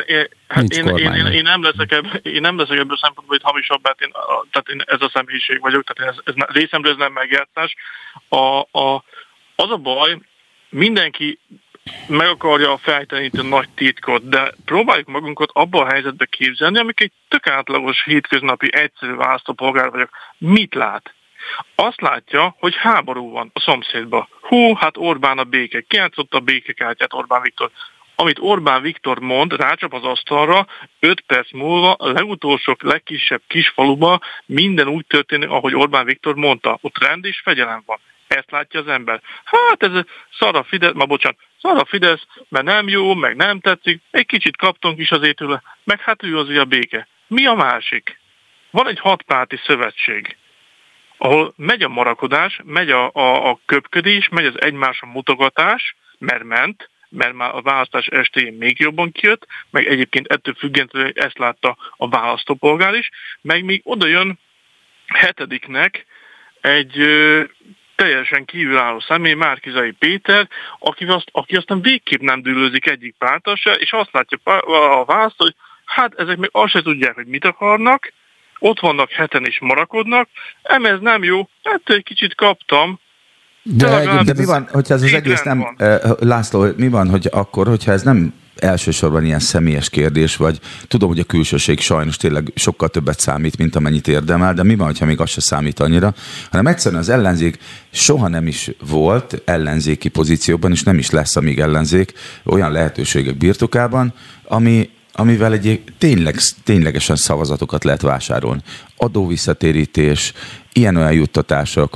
S4: nem leszek ebből szempontból, hogy hamisabb, tehát én ez a személyiség vagyok, tehát ez részemről ez nem megjátszás. Az a baj, mindenki meg akarja fejteni a nagy titkot, de próbáljuk magunkat abba a helyzetbe képzelni, amikor egy tök átlagos, hétköznapi, egyszerű választópolgár vagyok. Mit lát? Azt látja, hogy háború van a szomszédban. Hát Orbán a béke. Kijátszott a békekártyát Orbán Viktor. Amit Orbán Viktor mond, rácsap az asztalra, 5 perc múlva a legutolsó, legkisebb kisfaluba minden úgy történik, ahogy Orbán Viktor mondta. Ott rend és fegyelem van. Ezt látja az ember. Hát ez szar a Fidesz, mert nem jó, meg nem tetszik, egy kicsit kaptunk is azért tőle, meg hát ő azért a béke. Mi a másik? Van egy 6 párti szövetség, ahol megy a marakodás, megy a köpködés, megy az egymásra mutogatás, mert már a választás estéjén még jobban kijött, meg egyébként ettől függetlenül ezt látta a választópolgár is, meg még oda jön 7-nek egy teljesen kívülálló személy, Márki-Zay Péter, aki aztán végképp nem dűlőzik egyik párttal se, és azt látja a választ, hogy hát ezek még azt se tudják, hogy mit akarnak, ott vannak 7 is marakodnak, ez nem jó, hát egy kicsit kaptam.
S2: De mi van, hogyha ez az egész nem, László, mi van, hogy akkor, hogyha ez nem elsősorban ilyen személyes kérdés, vagy tudom, hogy a külsőség sajnos tényleg sokkal többet számít, mint amennyit érdemel, de mi van, hogyha még az se számít annyira, hanem egyszerűen az ellenzék soha nem is volt ellenzéki pozícióban, és nem is lesz, amíg ellenzék olyan lehetőségek birtokában, amivel ténylegesen szavazatokat lehet vásárolni. Adóvisszatérítés, ilyen-olyan juttatások.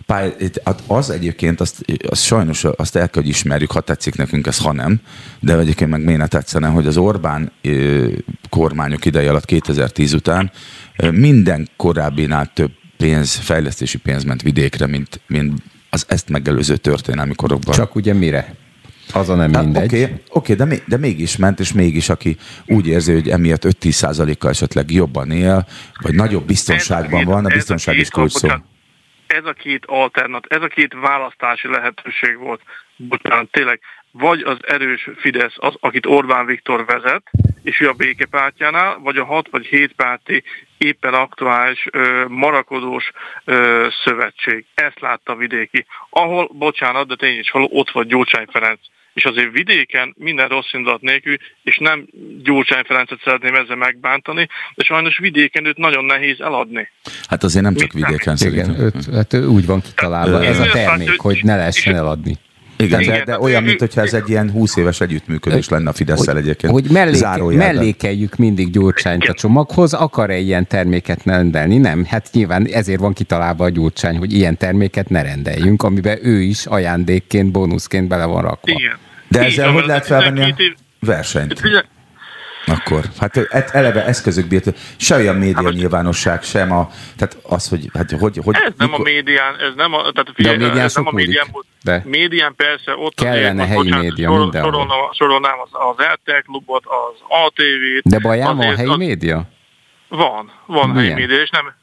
S2: Az egyébként, azt sajnos azt el kell, hogy ismerjük, ha tetszik nekünk ez, ha nem, de egyébként meg miért ne tetszene, hogy az Orbán kormányok ideje alatt 2010 után minden korábbinál több fejlesztési pénz ment vidékre, mint az ezt megelőző történelmi korokban.
S3: Csak ugye mire? Az a nem mindegy.
S2: Oké, de mégis ment, és mégis aki úgy érzi, hogy emiatt 5-10%-kal esetleg jobban él, vagy nagyobb biztonságban van, a biztonság is kulcs szó.
S4: Ez a két választási lehetőség volt. Bocsánat, tényleg, vagy az erős Fidesz, az, akit Orbán Viktor vezet, és ő a békepártjánál, vagy a 6 vagy 7 párti éppen aktuális marakodós szövetség. Ezt látta vidéki. Ahol, bocsánat, de tény is való, ott vagy Gyurcsány Ferenc. És azért vidéken minden rossz indulat nélkül, és nem Gyurcsány Ferencet szeretném ezzel megbántani, de sajnos vidéken őt nagyon nehéz eladni.
S2: Hát azért nem csak vidéken szerintem.
S3: Hát úgy van kitalálva ez a termék, hogy ne lehessen eladni.
S2: Igen, de olyan, mintha ez egy ilyen 20 éves együttműködés lenne a Fidesz-szel egyébként.
S3: Hogy mellékeljük mindig Gyurcsányt a csomaghoz, akar-e ilyen terméket rendelni? Nem, hát nyilván ezért van kitalálva a Gyurcsány, hogy ilyen terméket ne rendeljünk, amiben ő is ajándékként, bónuszként bele van rakva.
S4: Igen.
S2: De ezzel hogy lehet felvenni a versenyt? Akkor, hát eleve eszközök bírt, se olyan média nyilvánosság, sem tehát az, hogy...
S4: Ez nem a médián, ez nem a... Tehát
S3: de a médián sok múlik.
S4: Médián persze, ott
S3: kellene helyi média mindenhol.
S4: Sorolnám az RTL Klubot, az ATV-t.
S3: De baján van helyi média?
S4: Van helyi média, és nem...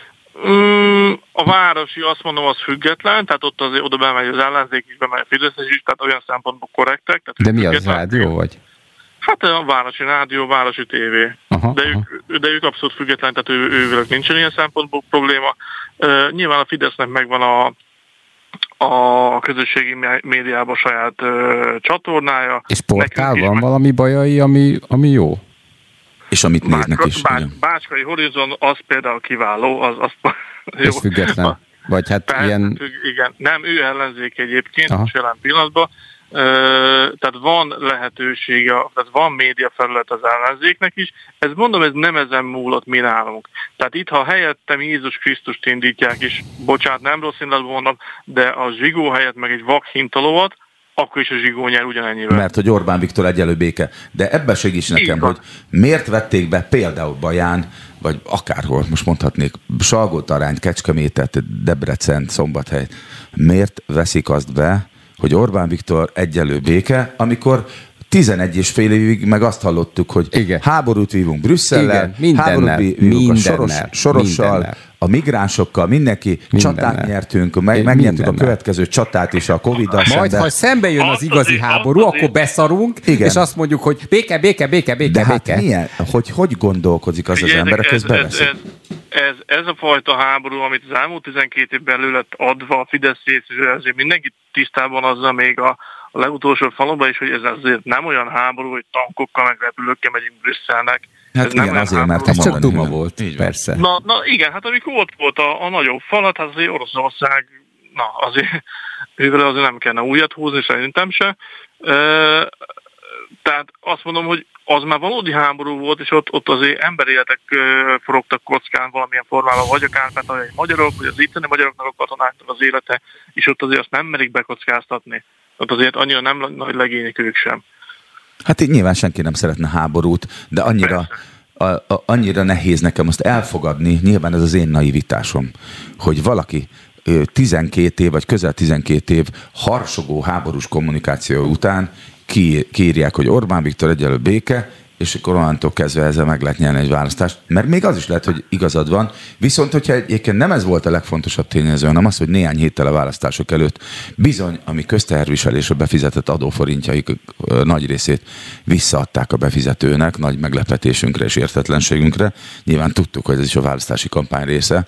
S4: A városi, azt mondom, az független, tehát ott azért oda bemegy az ellenzék is, bemegy a Fideszes is, tehát olyan szempontból korrektek. Tehát
S3: de mi az, rádió vagy?
S4: Hát a városi rádió, városi tévé. De ők abszolút független, tehát ővelük nincsen ilyen szempontból probléma. Nyilván a Fidesznek megvan a közösségi médiában saját csatornája.
S3: És portál van valami bajai, ami jó?
S2: És amit néznek is.
S4: Bácskai Horizon, az például kiváló. Az
S3: és független? Vagy hát persze, ilyen...
S4: Igen, nem, ő ellenzék egyébként, most jelen pillanatban. Tehát van lehetősége, tehát van média felület az ellenzéknek is. Ez mondom, ez nem ezen múlott mi nálunk. Tehát itt, ha helyettem Jézus Krisztust indítják, és bocsánat, nem rossz indulatban mondom, de a zsigó helyett meg egy vakhintalovat, akkor is a zsigó nyer ugyanennyivel.
S2: Mert hogy Orbán Viktor egyelő béke. De ebben segíts nekem, hogy miért vették be például Baján, vagy akárhol, most mondhatnék, Salgótarjányt, Kecskemétet, Debrecen, Szombathelyt. Miért veszik azt be, hogy Orbán Viktor egyelő béke, amikor 11,5 évig meg azt hallottuk, hogy igen, háborút vívunk Brüsszellel, háborút vívunk a Sorossal, a migránsokkal, mindenki csatát nyertünk, megnyertük a következő csatát is a Covid-dal
S3: szemben. Majd, ha szembe jön az igazi háború, akkor beszarunk, igen, és azt mondjuk, hogy béke.
S2: De hát milyen, hogy gondolkozik az ember, aki ezt beveszik?
S4: Ez a fajta háború, amit az elmúlt 12 évben elő lett adva a Fidesz részéről, azért mindenki tisztában azzal még a legutolsó faluban is, hogy ez azért nem olyan háború, hogy tankokkal meg repülőkkel megyünk Brüsszelnek.
S2: Hát
S4: ez
S2: igen,
S4: nem
S2: azért, mert
S3: ez csak duma volt, persze.
S4: Na igen, hát amikor ott volt a nagyobb falat, hát azért Oroszország, azért ővel azért nem kellene újat húzni, szerintem se. Tehát azt mondom, hogy az már valódi háború volt, és ott azért emberéletek forogtak kockán valamilyen formában, vagy a kárpátaljai magyarok, vagy az itteni magyaroknak, a katonáknak az élete, és ott azért azt nem merik bekockáztatni. Ott azért annyira nem nagy legények ők sem.
S2: Hát így nyilván senki nem szeretne háborút, de annyira nehéz nekem azt elfogadni, nyilván ez az én naivitásom, hogy valaki 12 év, vagy közel 12 év harsogó háborús kommunikáció után kiírják, hogy Orbán Viktor egyenlő béke, és akkor onnantól kezdve ezzel meg lehet nyerni egy választást. Mert még az is lehet, hogy igazad van. Viszont, hogyha egyébként nem ez volt a legfontosabb tényező, hanem az, hogy néhány héttel a választások előtt bizony, ami közteherviselésre befizetett adóforintjaik nagy részét visszaadták a befizetőnek, nagy meglepetésünkre és értetlenségünkre. Nyilván tudtuk, hogy ez is a választási kampány része.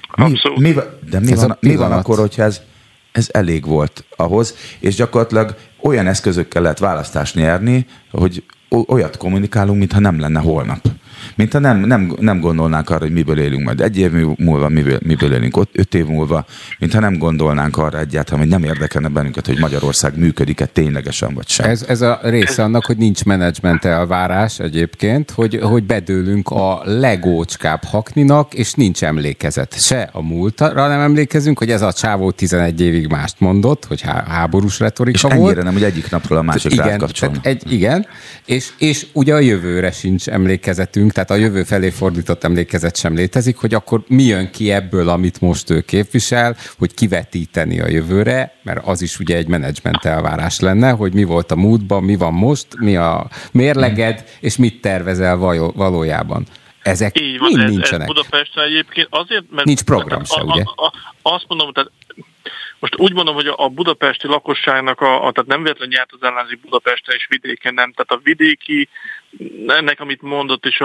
S2: Mi van akkor, hogyha ez elég volt ahhoz, és gyakorlatilag olyan eszközökkel lehet választást nyerni, hogy olyat kommunikálunk, mintha nem lenne holnap. Mintha nem gondolnánk arra, hogy miből élünk majd 1 év múlva, miből élünk 5 év múlva, mintha nem gondolnánk arra egyáltalán, hogy nem érdekelne bennünket, hogy Magyarország működik-e ténylegesen, vagy sem.
S3: Ez a része annak, hogy nincs menedzsment elvárás egyébként, hogy bedőlünk a legócskább hakninak, és nincs emlékezet. Se a múltra nem emlékezünk, hogy ez a csávó 11 évig mást mondott, hogy háborús retorika
S2: és
S3: volt.
S2: És ennyire nem, hogy egyik napról a másikra átkapcsolni.
S3: Igen, és ugye a jövőre sincs emlékezetünk, tehát a jövő felé fordított emlékezet sem létezik, hogy akkor mi jön ki ebből, amit most ő képvisel, hogy kivetíteni a jövőre, mert az is ugye egy menedzsment elvárás lenne, hogy mi volt a múltban, mi van most, mi a mérleged, és mit tervezel valójában. Ezek mind nincsenek.
S4: Ez Budapesten egyébként azért, mert
S3: nincs program se, ugye?
S4: Azt mondom, tehát most úgy mondom, hogy a budapesti lakosságnak, tehát nem véletlenül nyert az ellenzék Budapesten és vidéken nem, tehát a vidéki, ennek amit mondott is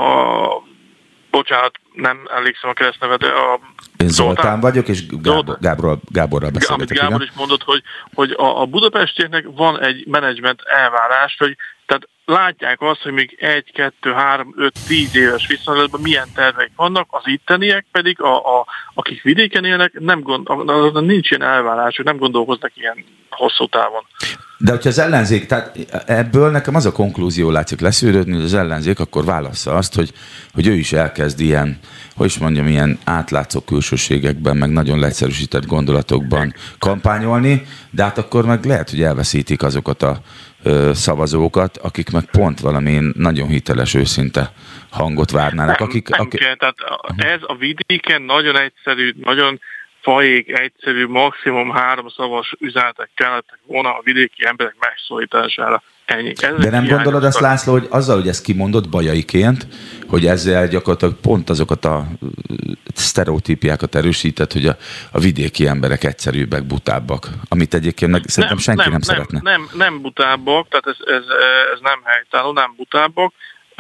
S4: bocsánat, nem emlékszem a keresztneved,
S2: Én Zoltán vagyok, és Gáborral beszélgetek.
S4: Amit Gábor is mondott, hogy a budapestieknek van egy menedzsment elvárás, hogy tehát látják azt, hogy még 1, 2, 3, 5, 10 éves viszonylatban milyen terveik vannak, az itteniek pedig, akik vidéken élnek, nincs ilyen elvárásuk, nem gondolkoznak ilyen hosszú távon.
S2: De hogyha az ellenzék, tehát ebből nekem az a konklúzió látszik leszűrődni, hogy az ellenzék akkor válassza azt, hogy ő is elkezd ilyen, ilyen átlátszó külsőségekben, meg nagyon leegyszerűsített gondolatokban kampányolni, de hát akkor meg lehet, hogy elveszítik azokat a szavazókat, akik meg pont valami nagyon hiteles, őszinte hangot várnának.
S4: Nem kell, tehát ez a vidéken nagyon egyszerű, nagyon fajék, egyszerű, maximum 3 szavas üzenetek kellettek volna a vidéki emberek megszólítására. Ennyi.
S2: De nem gondolod azt, László, hogy azzal, hogy ezt kimondott bajaiként, hogy ezzel gyakorlatilag pont azokat a sztereotípiákat erősített, hogy a vidéki emberek egyszerűbbek, butábbak, amit egyébként meg szerintem senki nem szeretne.
S4: Nem butábbak, tehát ez nem helytálló, nem butábbak.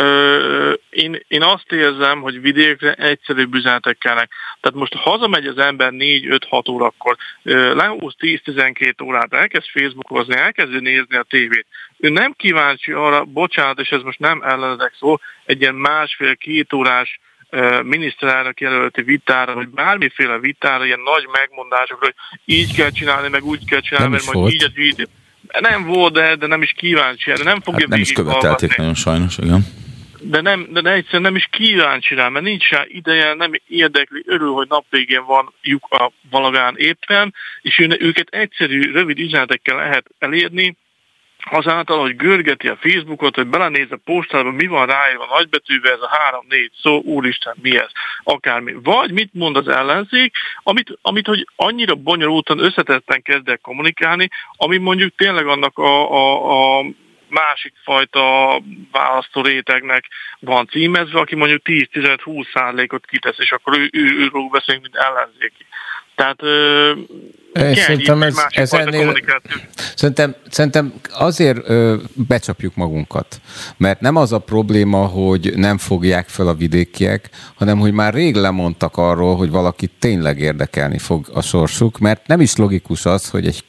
S4: Én azt érzem, hogy vidékre egyszerűbb üzenetek kellnek. Tehát most hazamegy az ember 4-5-6 órakor, lehúz 10-12 órát, elkezd Facebookozni, elkezd nézni a tévét. Ő nem kíváncsi arra, bocsánat, és ez most nem ellenedek szó, egy ilyen 1,5-2 órás miniszterelnök jelölti vitára, vagy bármiféle vitára, ilyen nagy megmondásokra, hogy így kell csinálni, meg úgy kell csinálni,
S3: nem
S4: mert majd így. Nem volt, de nem is kíváncsi erre, nem fogja
S2: nem is követelték nagyon sajnos, igen.
S4: De egyszerűen nem is kíváncsi rá, mert nincs rá ideje, nem érdekli, örül, hogy napvégén van lyuk a valagán éppen, és őket egyszerű, rövid üzenetekkel lehet elérni, azáltal, hogy görgeti a Facebookot, hogy belenéz a postába, mi van ráírva nagybetűvel, ez a 3-4 szó, úristen, mi ez, akármi. Vagy mit mond az ellenzék, amit hogy annyira bonyolultan, összetetten kezdek kommunikálni, ami mondjuk tényleg annak a másik fajta választó rétegnek van címezve, aki mondjuk 10-15-20%-ot kitesz, és akkor őről beszélünk, mint ellenzéki. Tehát
S3: Szerintem azért becsapjuk magunkat, mert nem az a probléma, hogy nem fogják fel a vidékiek, hanem hogy már rég lemondtak arról, hogy valakit tényleg érdekelni fog a sorsuk, mert nem is logikus az, hogy egy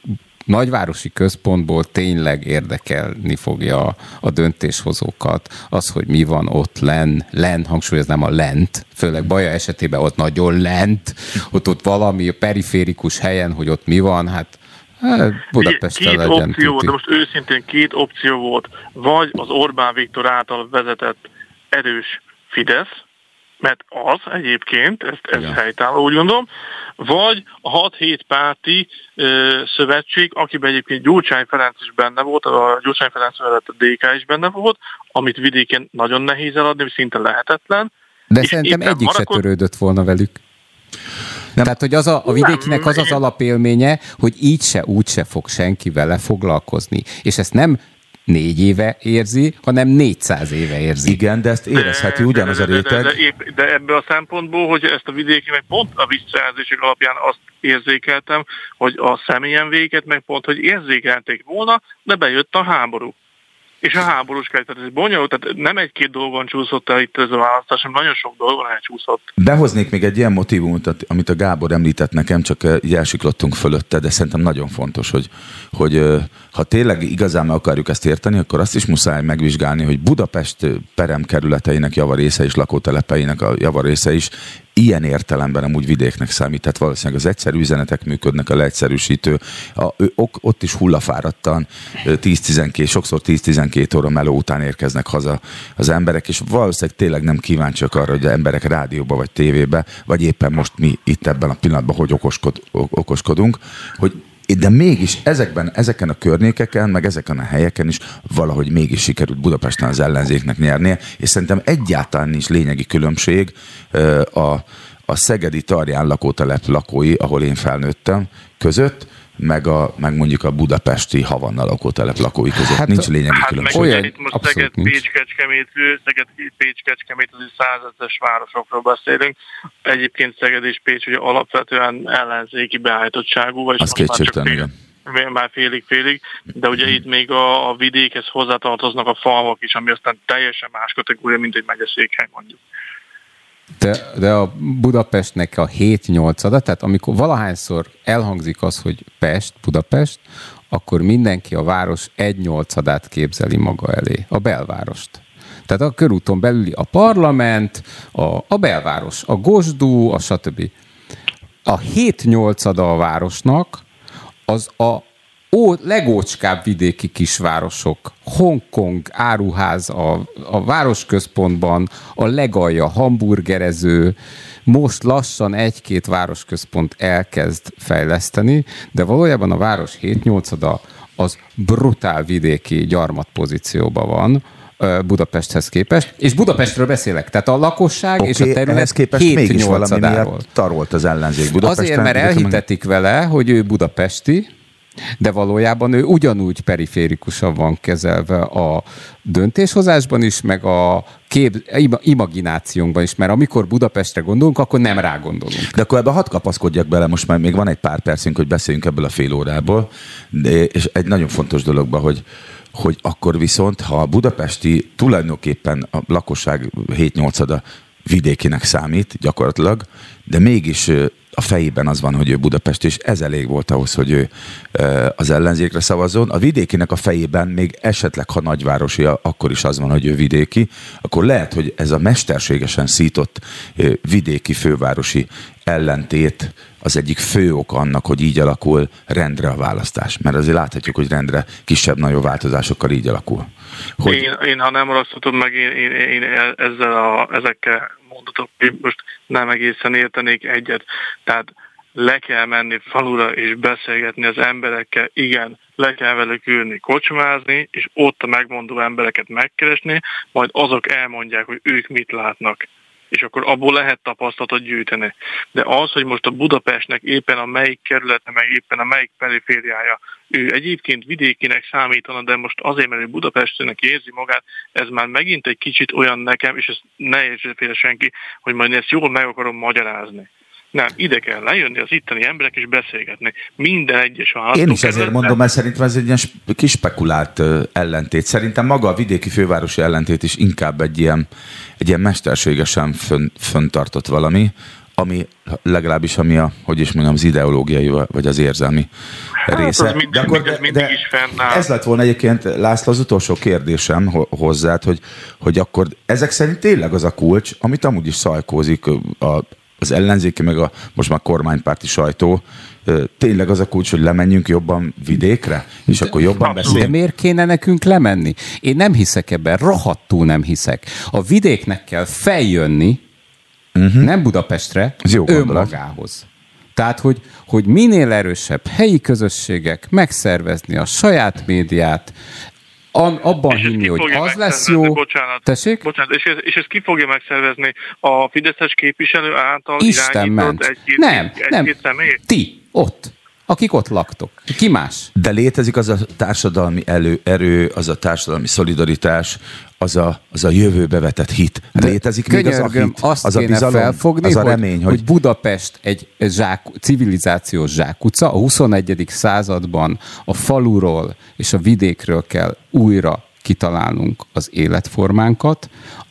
S3: nagyvárosi központból tényleg érdekelni fogja a döntéshozókat az, hogy mi van ott lent, hangsúlyoznám a lent, főleg Baja esetében ott nagyon lent, ott valami periférikus helyen, hogy ott mi van, hát Budapesten legyen.
S4: Opció, de most őszintén 2 opció volt. Vagy az Orbán Viktor által vezetett erős Fidesz, mert az egyébként, ez helytálló, úgy gondolom, vagy a 6-7 párti szövetség, akiben egyébként Gyurcsány Ferenc is benne volt, a Gyurcsány Ferenc mellett a DK is benne volt, amit vidéken nagyon nehéz eladni, szinte lehetetlen.
S3: De szerintem egyik se törődött volna velük. Nem. Tehát, hogy a vidékinek az alapélménye, hogy így se, úgy se fog senki vele foglalkozni. És ezt nem 4 éve érzi, hanem 400 éve érzi.
S2: Igen, de ezt érezheti ugyanaz a réteg.
S4: De ebből a szempontból, hogy ezt a vidéki, meg pont a visszajelzések alapján azt érzékeltem, hogy a személyen véget meg pont, hogy érzékelték volna, de bejött a háború. És a háborús kell, tehát ez bonyolult, tehát nem 1-2 dolgon csúszott el itt ez a választás, hanem nagyon sok dolgon elcsúszott.
S2: Behoznék még egy ilyen motívumot, amit a Gábor említett nekem, csak így elsiklottunk fölötte, de szerintem nagyon fontos, hogy ha tényleg igazán meg akarjuk ezt érteni, akkor azt is muszáj megvizsgálni, hogy Budapest peremkerületeinek javarésze és lakótelepeinek a javarésze is ilyen értelemben amúgy vidéknek számít. Tehát valószínűleg az egyszerű üzenetek működnek, a leegyszerűsítő. Ott is hullafáradtan sokszor 10-12 óra meló után érkeznek haza az emberek, és valószínűleg tényleg nem kíváncsiak arra, hogy az emberek rádióba vagy tévébe, vagy éppen most mi itt ebben a pillanatban, hogy okoskodunk, de mégis ezeken a környékeken, meg ezeken a helyeken is valahogy mégis sikerült Budapesten az ellenzéknek nyernie, és szerintem egyáltalán nincs lényegi különbség a szegedi Tarján lakótelep lakói, ahol én felnőttem, között, meg mondjuk a budapesti Havanna lakótelep lakói között. Hát, nincs lényegi különbség.
S4: Olyan, itt most Szeged-Pécs-Kecskemét, az 100 000-es városokról beszélünk. Egyébként Szeged és Pécs ugye alapvetően ellenzéki beállítottságú, vagy
S2: az kétségtelen, igen.
S4: Már félig, de ugye itt még a vidékhez hozzátartoznak a falvak is, ami aztán teljesen más kategória, mint egy megyeszékhely mondjuk.
S3: De a Budapestnek a 7/8, tehát amikor valahányszor elhangzik az, hogy Budapest, akkor mindenki a város 1/8 képzeli maga elé, a belvárost. Tehát a körúton belüli a parlament, a belváros, a Gosdú, a stb. A 7/8 a városnak az a legócskább vidéki kisvárosok, Hongkong, áruház a városközpontban, a legalja hamburgerező, most lassan 1-2 városközpont elkezd fejleszteni, de valójában a város 7/8 az brutál vidéki gyarmatpozícióban van Budapesthez képest, és Budapestről beszélek, tehát a lakosság és a terület 7/8-áról.
S2: Tarolt az ellenzék Budapesten.
S3: Azért, mert elhitetik vele, hogy ő budapesti, de valójában ő ugyanúgy periférikusan van kezelve a döntéshozásban is, meg a imaginációnkban is, mert amikor Budapestre gondolunk, akkor nem rá gondolunk.
S2: De akkor ebben hadd kapaszkodjak bele, most már még van egy pár percünk, hogy beszéljünk ebből a fél órából, és egy nagyon fontos dologban, hogy akkor viszont, ha a budapesti tulajdonképpen a lakosság 7/8 vidékinek számít gyakorlatilag, de mégis a fejében az van, hogy ő Budapest, és ez elég volt ahhoz, hogy ő az ellenzékre szavazzon. A vidékinek a fejében még esetleg, ha nagyvárosi, akkor is az van, hogy ő vidéki, akkor lehet, hogy ez a mesterségesen szított vidéki fővárosi ellentét az egyik fő ok annak, hogy így alakul rendre a választás. Mert azért láthatjuk, hogy rendre kisebb-nagyobb változásokkal így alakul.
S4: Én ha nem rasszotod meg, én ezekkel mondatok, hogy most nem egészen értenék egyet. Tehát le kell menni falura és beszélgetni az emberekkel, igen, le kell velük ülni, kocsmázni, és ott a megmondó embereket megkeresni, majd azok elmondják, hogy ők mit látnak. És akkor abból lehet tapasztalatot gyűjteni. De az, hogy most a Budapestnek éppen a melyik kerülete, meg éppen a melyik perifériája, ő egyébként vidékinek számítana, de most azért, mert ő Budapestinek érzi magát, ez már megint egy kicsit olyan nekem, és ezt ne értse félre senki, hogy majd ezt jól meg akarom magyarázni. Nem, ide kell lejönni az itteni emberek és beszélgetni. Minden egyes
S2: Én is ezért mondom, mert szerintem ez egy ilyen kis spekulált ellentét. Szerintem maga a vidéki fővárosi ellentét is inkább egy ilyen mesterségesen föntartott valami, ami legalábbis az ideológiai vagy az érzelmi része.
S4: Hát mindig is fennáll.
S2: Ez lett volna egyébként, László, az utolsó kérdésem hozzád, hogy akkor ezek szerint tényleg az a kulcs, amit amúgy is szajkózik az ellenzéki, meg a most már kormánypárti sajtó, tényleg az a kulcs, hogy lemenjünk jobban vidékre, és akkor jobban beszélünk.
S3: De miért kéne nekünk lemenni? Én nem hiszek ebben, rohadtul nem hiszek. A vidéknek kell feljönni, nem Budapestre, önmagához. Tehát, hogy minél erősebb helyi közösségek, megszervezni a saját médiát, abban hinni, hogy az lesz jó.
S4: Bocsánat, és ezt ki fogja megszervezni? A fideszes képviselő által irányított egy-két személy?
S2: Ti, ott. Akik ott laktok. Ki más? De létezik az a társadalmi erő, az a társadalmi szolidaritás, az a jövőbe vetett hit. Létezik még az a hit,
S3: azt
S2: az a bizalom,
S3: felfogni,
S2: az a remény,
S3: hogy Budapest egy civilizációs zsákutca, a 21. században a faluról és a vidékről kell újra kitalálnunk az életformánkat,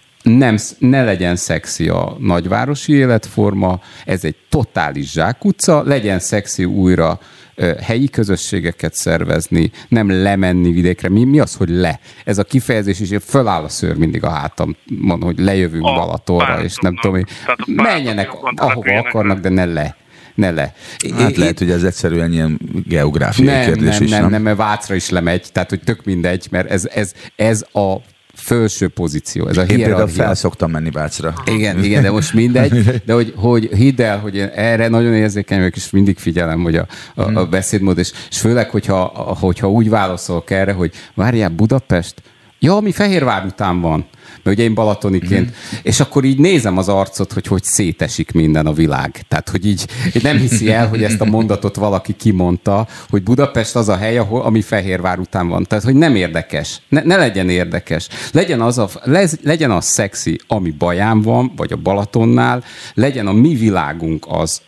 S3: ne legyen szexi a nagyvárosi életforma, ez egy totális zsákutca, legyen szexi újra helyi közösségeket szervezni, nem lemenni vidékre. Mi az, hogy le? Ez a kifejezés is, föláll a szőr mindig a hátamon, hogy lejövünk Balatonra, és nem tudom, hogy menjenek ahova akarnak, de ne le.
S2: Hát lehet, hogy ez egyszerűen ilyen geográfiai kérdés is,
S3: nem, mert Vácra is lemegy, tehát hogy tök mindegy, mert ez a felső pozíció, ez a hierarchia.
S2: Én például fel szoktam menni Vácra.
S3: Igen, de most mindegy, de hogy hidd el, hogy én erre nagyon érzékeny vagyok, és mindig figyelem, hogy a beszédmód, és főleg, hogyha úgy válaszolok erre, hogy várjál, Budapest, mi Fehérvár után van, mert ugye én balatoniként, és akkor így nézem az arcot, hogy szétesik minden a világ. Tehát, hogy így nem hiszi el, hogy ezt a mondatot valaki kimondta, hogy Budapest az a hely, ami Fehérvár után van. Tehát, hogy nem érdekes. Ne legyen érdekes. Legyen az szexi, ami Baján van, vagy a Balatonnál, legyen a mi világunk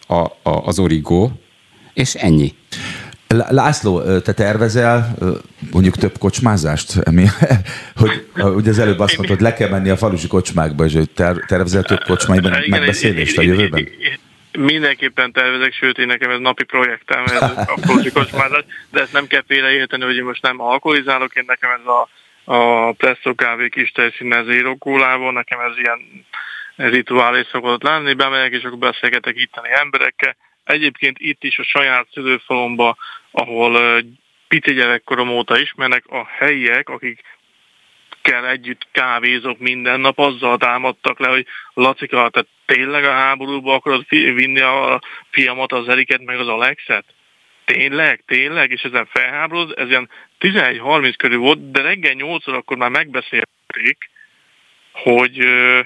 S3: az Origo, és ennyi.
S2: László, te tervezel mondjuk több kocsmázást? Hogy ugye az előbb azt mondtad, hogy le kell menni a falusi kocsmákba, és hogy tervezel több kocsmaiban megbeszélést a jövőben?
S4: Mindenképpen tervezek, sőt, én nekem ez napi projektem, ez a falusi kocsmázás, de ezt nem kell félreérteni, hogy én most nem alkoholizálok, én nekem ez a presszó kávé kis tejszínnel zéró kólával, nekem ez ilyen rituálé szokott lenni, bemegyek, és akkor beszélgetek itteni emberekkel. Egyébként itt is a saját szülőfalomba, ahol pici gyerekkorom óta ismernek, a helyiek, akikkel együtt kávézok minden nap, azzal támadtak le, hogy Lacika, te tényleg a háborúba akarod vinni a fiamat, az Eriket, meg az Alexet? Tényleg? És ezen felháborod, ez ilyen 11-30 körül volt, de reggel 8 órakor már megbeszélték, hogy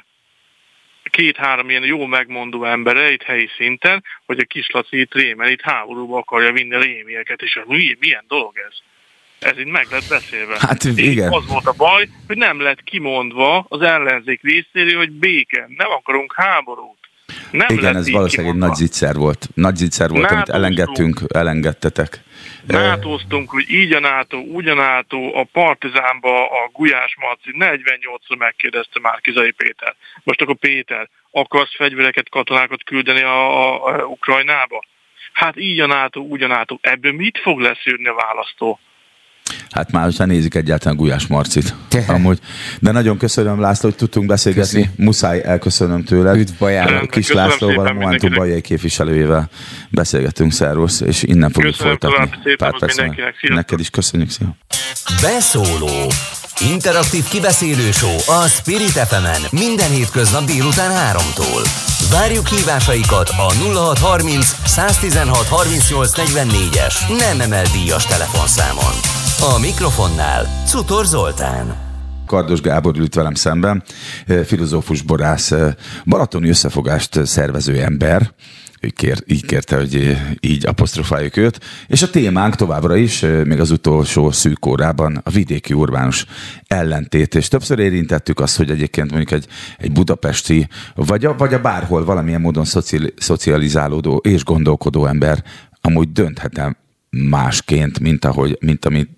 S4: 2-3 ilyen jó megmondó embere itt helyi szinten, hogy a kis Laci itt rémen, itt háborúba akarja vinni a rémieket, és milyen dolog ez? Ez így meg lett beszélve.
S2: Hát igen.
S4: Az volt a baj, hogy nem lett kimondva az ellenzék részéről, hogy béke, nem akarunk háborút.
S2: Igen, ez valószínűleg egy nagy zicser volt. Amit elengedtetek.
S4: NATO-ztunk, hogy így a NATO, úgy a NATO, a Partizánba a Gulyás Marci 48-szor megkérdezte Márki-Zay Péter. Most akkor Péter, akarsz fegyvereket, katonákat küldeni a Ukrajnába? Hát így a NATO, úgy a NATO. Ebből mit fog leszűrni a választó?
S2: Hát már, hogyha nézik egyáltalán Gulyás Marcit. Amúgy. De nagyon köszönöm, László, hogy tudtunk beszélgetni. Muszáj elköszönöm tőled.
S3: Üdv Baján.
S2: Kis Lászlóval, a Momentum bajai képviselőjével beszélgettünk, szervusz, és innen fogjuk folytatni. Pár percben. Neked is köszönjük, szia.
S1: Beszóló. Interaktív kibeszélő show a Spirit FM-en minden hétköznap délután 3-tól. Várjuk hívásaikat a 0630 116 38 44-es nem emel díjas telefonszámon. A mikrofonnál Czutor Zoltán.
S2: Kardos Gábor ült velem szemben, filozófus borász, balatoni összefogást szervező ember. Így kérte, hogy így apostrofáljuk őt. És a témánk továbbra is, még az utolsó szűk órában a vidéki urbánus ellentét. És többször érintettük azt, hogy egyébként mondjuk egy budapesti, vagy a bárhol valamilyen módon szocializálódó és gondolkodó ember amúgy dönthetne másként, mint amit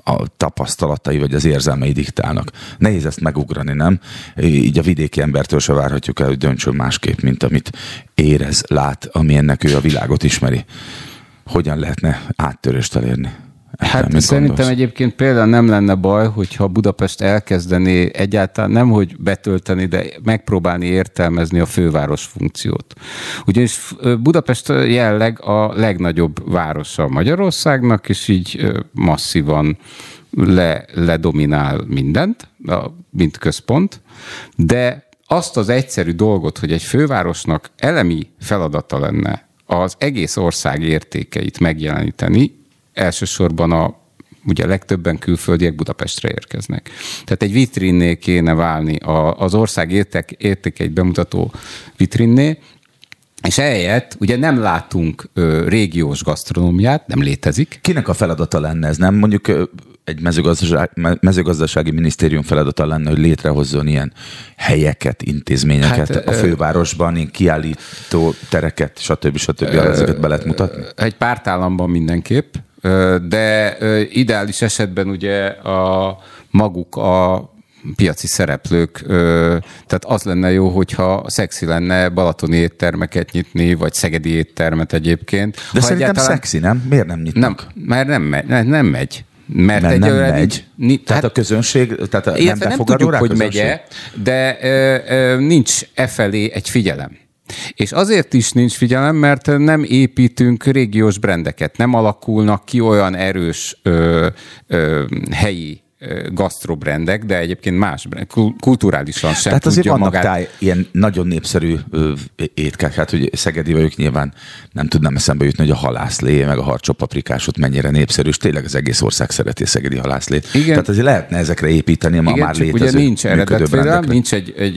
S2: a tapasztalatai vagy az érzelmei diktálnak. Nehéz ezt megugrani, nem? Így a vidéki embertől se várhatjuk el, hogy döntsön másképp, mint amit érez, lát, amilyennek ő a világot ismeri. Hogyan lehetne áttörést elérni?
S3: Hát szerintem egyébként például nem lenne baj, hogyha Budapest elkezdené egyáltalán nem, hogy betölteni, de megpróbálni értelmezni a főváros funkciót. Ugyanis Budapest jelenleg a legnagyobb városa Magyarországnak, és így masszívan ledominál mindent, mint központ, de azt az egyszerű dolgot, hogy egy fővárosnak elemi feladata lenne az egész ország értékeit megjeleníteni, elsősorban ugye legtöbben külföldiek Budapestre érkeznek. Tehát egy vitrinné kéne válni, az ország értékeit bemutató vitrinné, és ehelyett ugye nem látunk régiós gasztronómiát, nem létezik.
S2: Kinek a feladata lenne ez? Nem mondjuk egy mezőgazdasági minisztérium feladata lenne, hogy létrehozzon ilyen helyeket, intézményeket a fővárosban, ilyen kiállító tereket, stb. Ezeket be lehet mutatni?
S3: Egy pártállamban mindenképp, de ideális esetben ugye maguk a piaci szereplők, tehát az lenne jó, hogyha szexi lenne balatoni éttermeket nyitni, vagy szegedi éttermet egyébként.
S2: De szerintem szexi, nem? Miért nem nyitnak?
S3: Mert nem megy. Mert
S2: nem megy. Tehát a közönség, tehát nem befogadó rá
S3: hogy megye, de nincs efelé egy figyelem. És azért is nincs figyelem, mert nem építünk régiós brandeket, nem alakulnak ki olyan erős helyi gasztrobrendek, de egyébként más kulturálisan sem
S2: tehát
S3: tudja
S2: azért vannak ilyen nagyon népszerű étkák, hát hogy szegedi vagyok, nyilván nem tudnám eszembe jutni, hogy a halászlé, meg a harcsopaprikás ott mennyire népszerű, és tényleg az egész ország szereti a szegedi halászlét. Igen. Tehát azért lehetne ezekre építeni, ma már létező
S3: ugye nincs eredetvédelem, nincs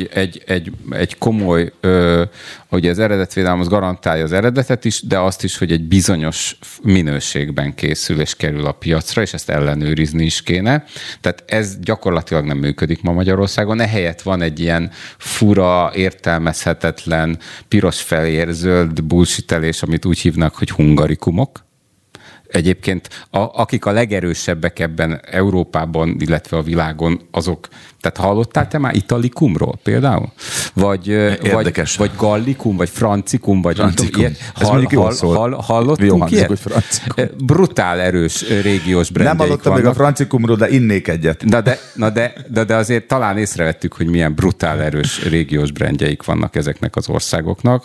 S3: egy komoly, hogy az eredetvédelem az garantálja az eredetet is, de azt is, hogy egy bizonyos minőségben készül és kerül a piacra, és ezt ellenőrizni is kéne. Tehát ez gyakorlatilag nem működik ma Magyarországon. Ehelyett van egy ilyen fura, értelmezhetetlen, piros fehér zöld bullshitelés, amit úgy hívnak, hogy hungarikumok. Egyébként akik a legerősebbek ebben Európában, illetve a világon, azok, tehát hallottál te már italikumról például? Vagy gallikum, vagy francikum, vagy
S2: francikum.
S3: Hallottunk ilyet? Brutál erős régiós brendjeik
S2: nem hallottam
S3: vannak.
S2: Még a francikumról, de innék egyet.
S3: De azért talán észrevettük, hogy milyen brutál erős régiós brendjeik vannak ezeknek az országoknak.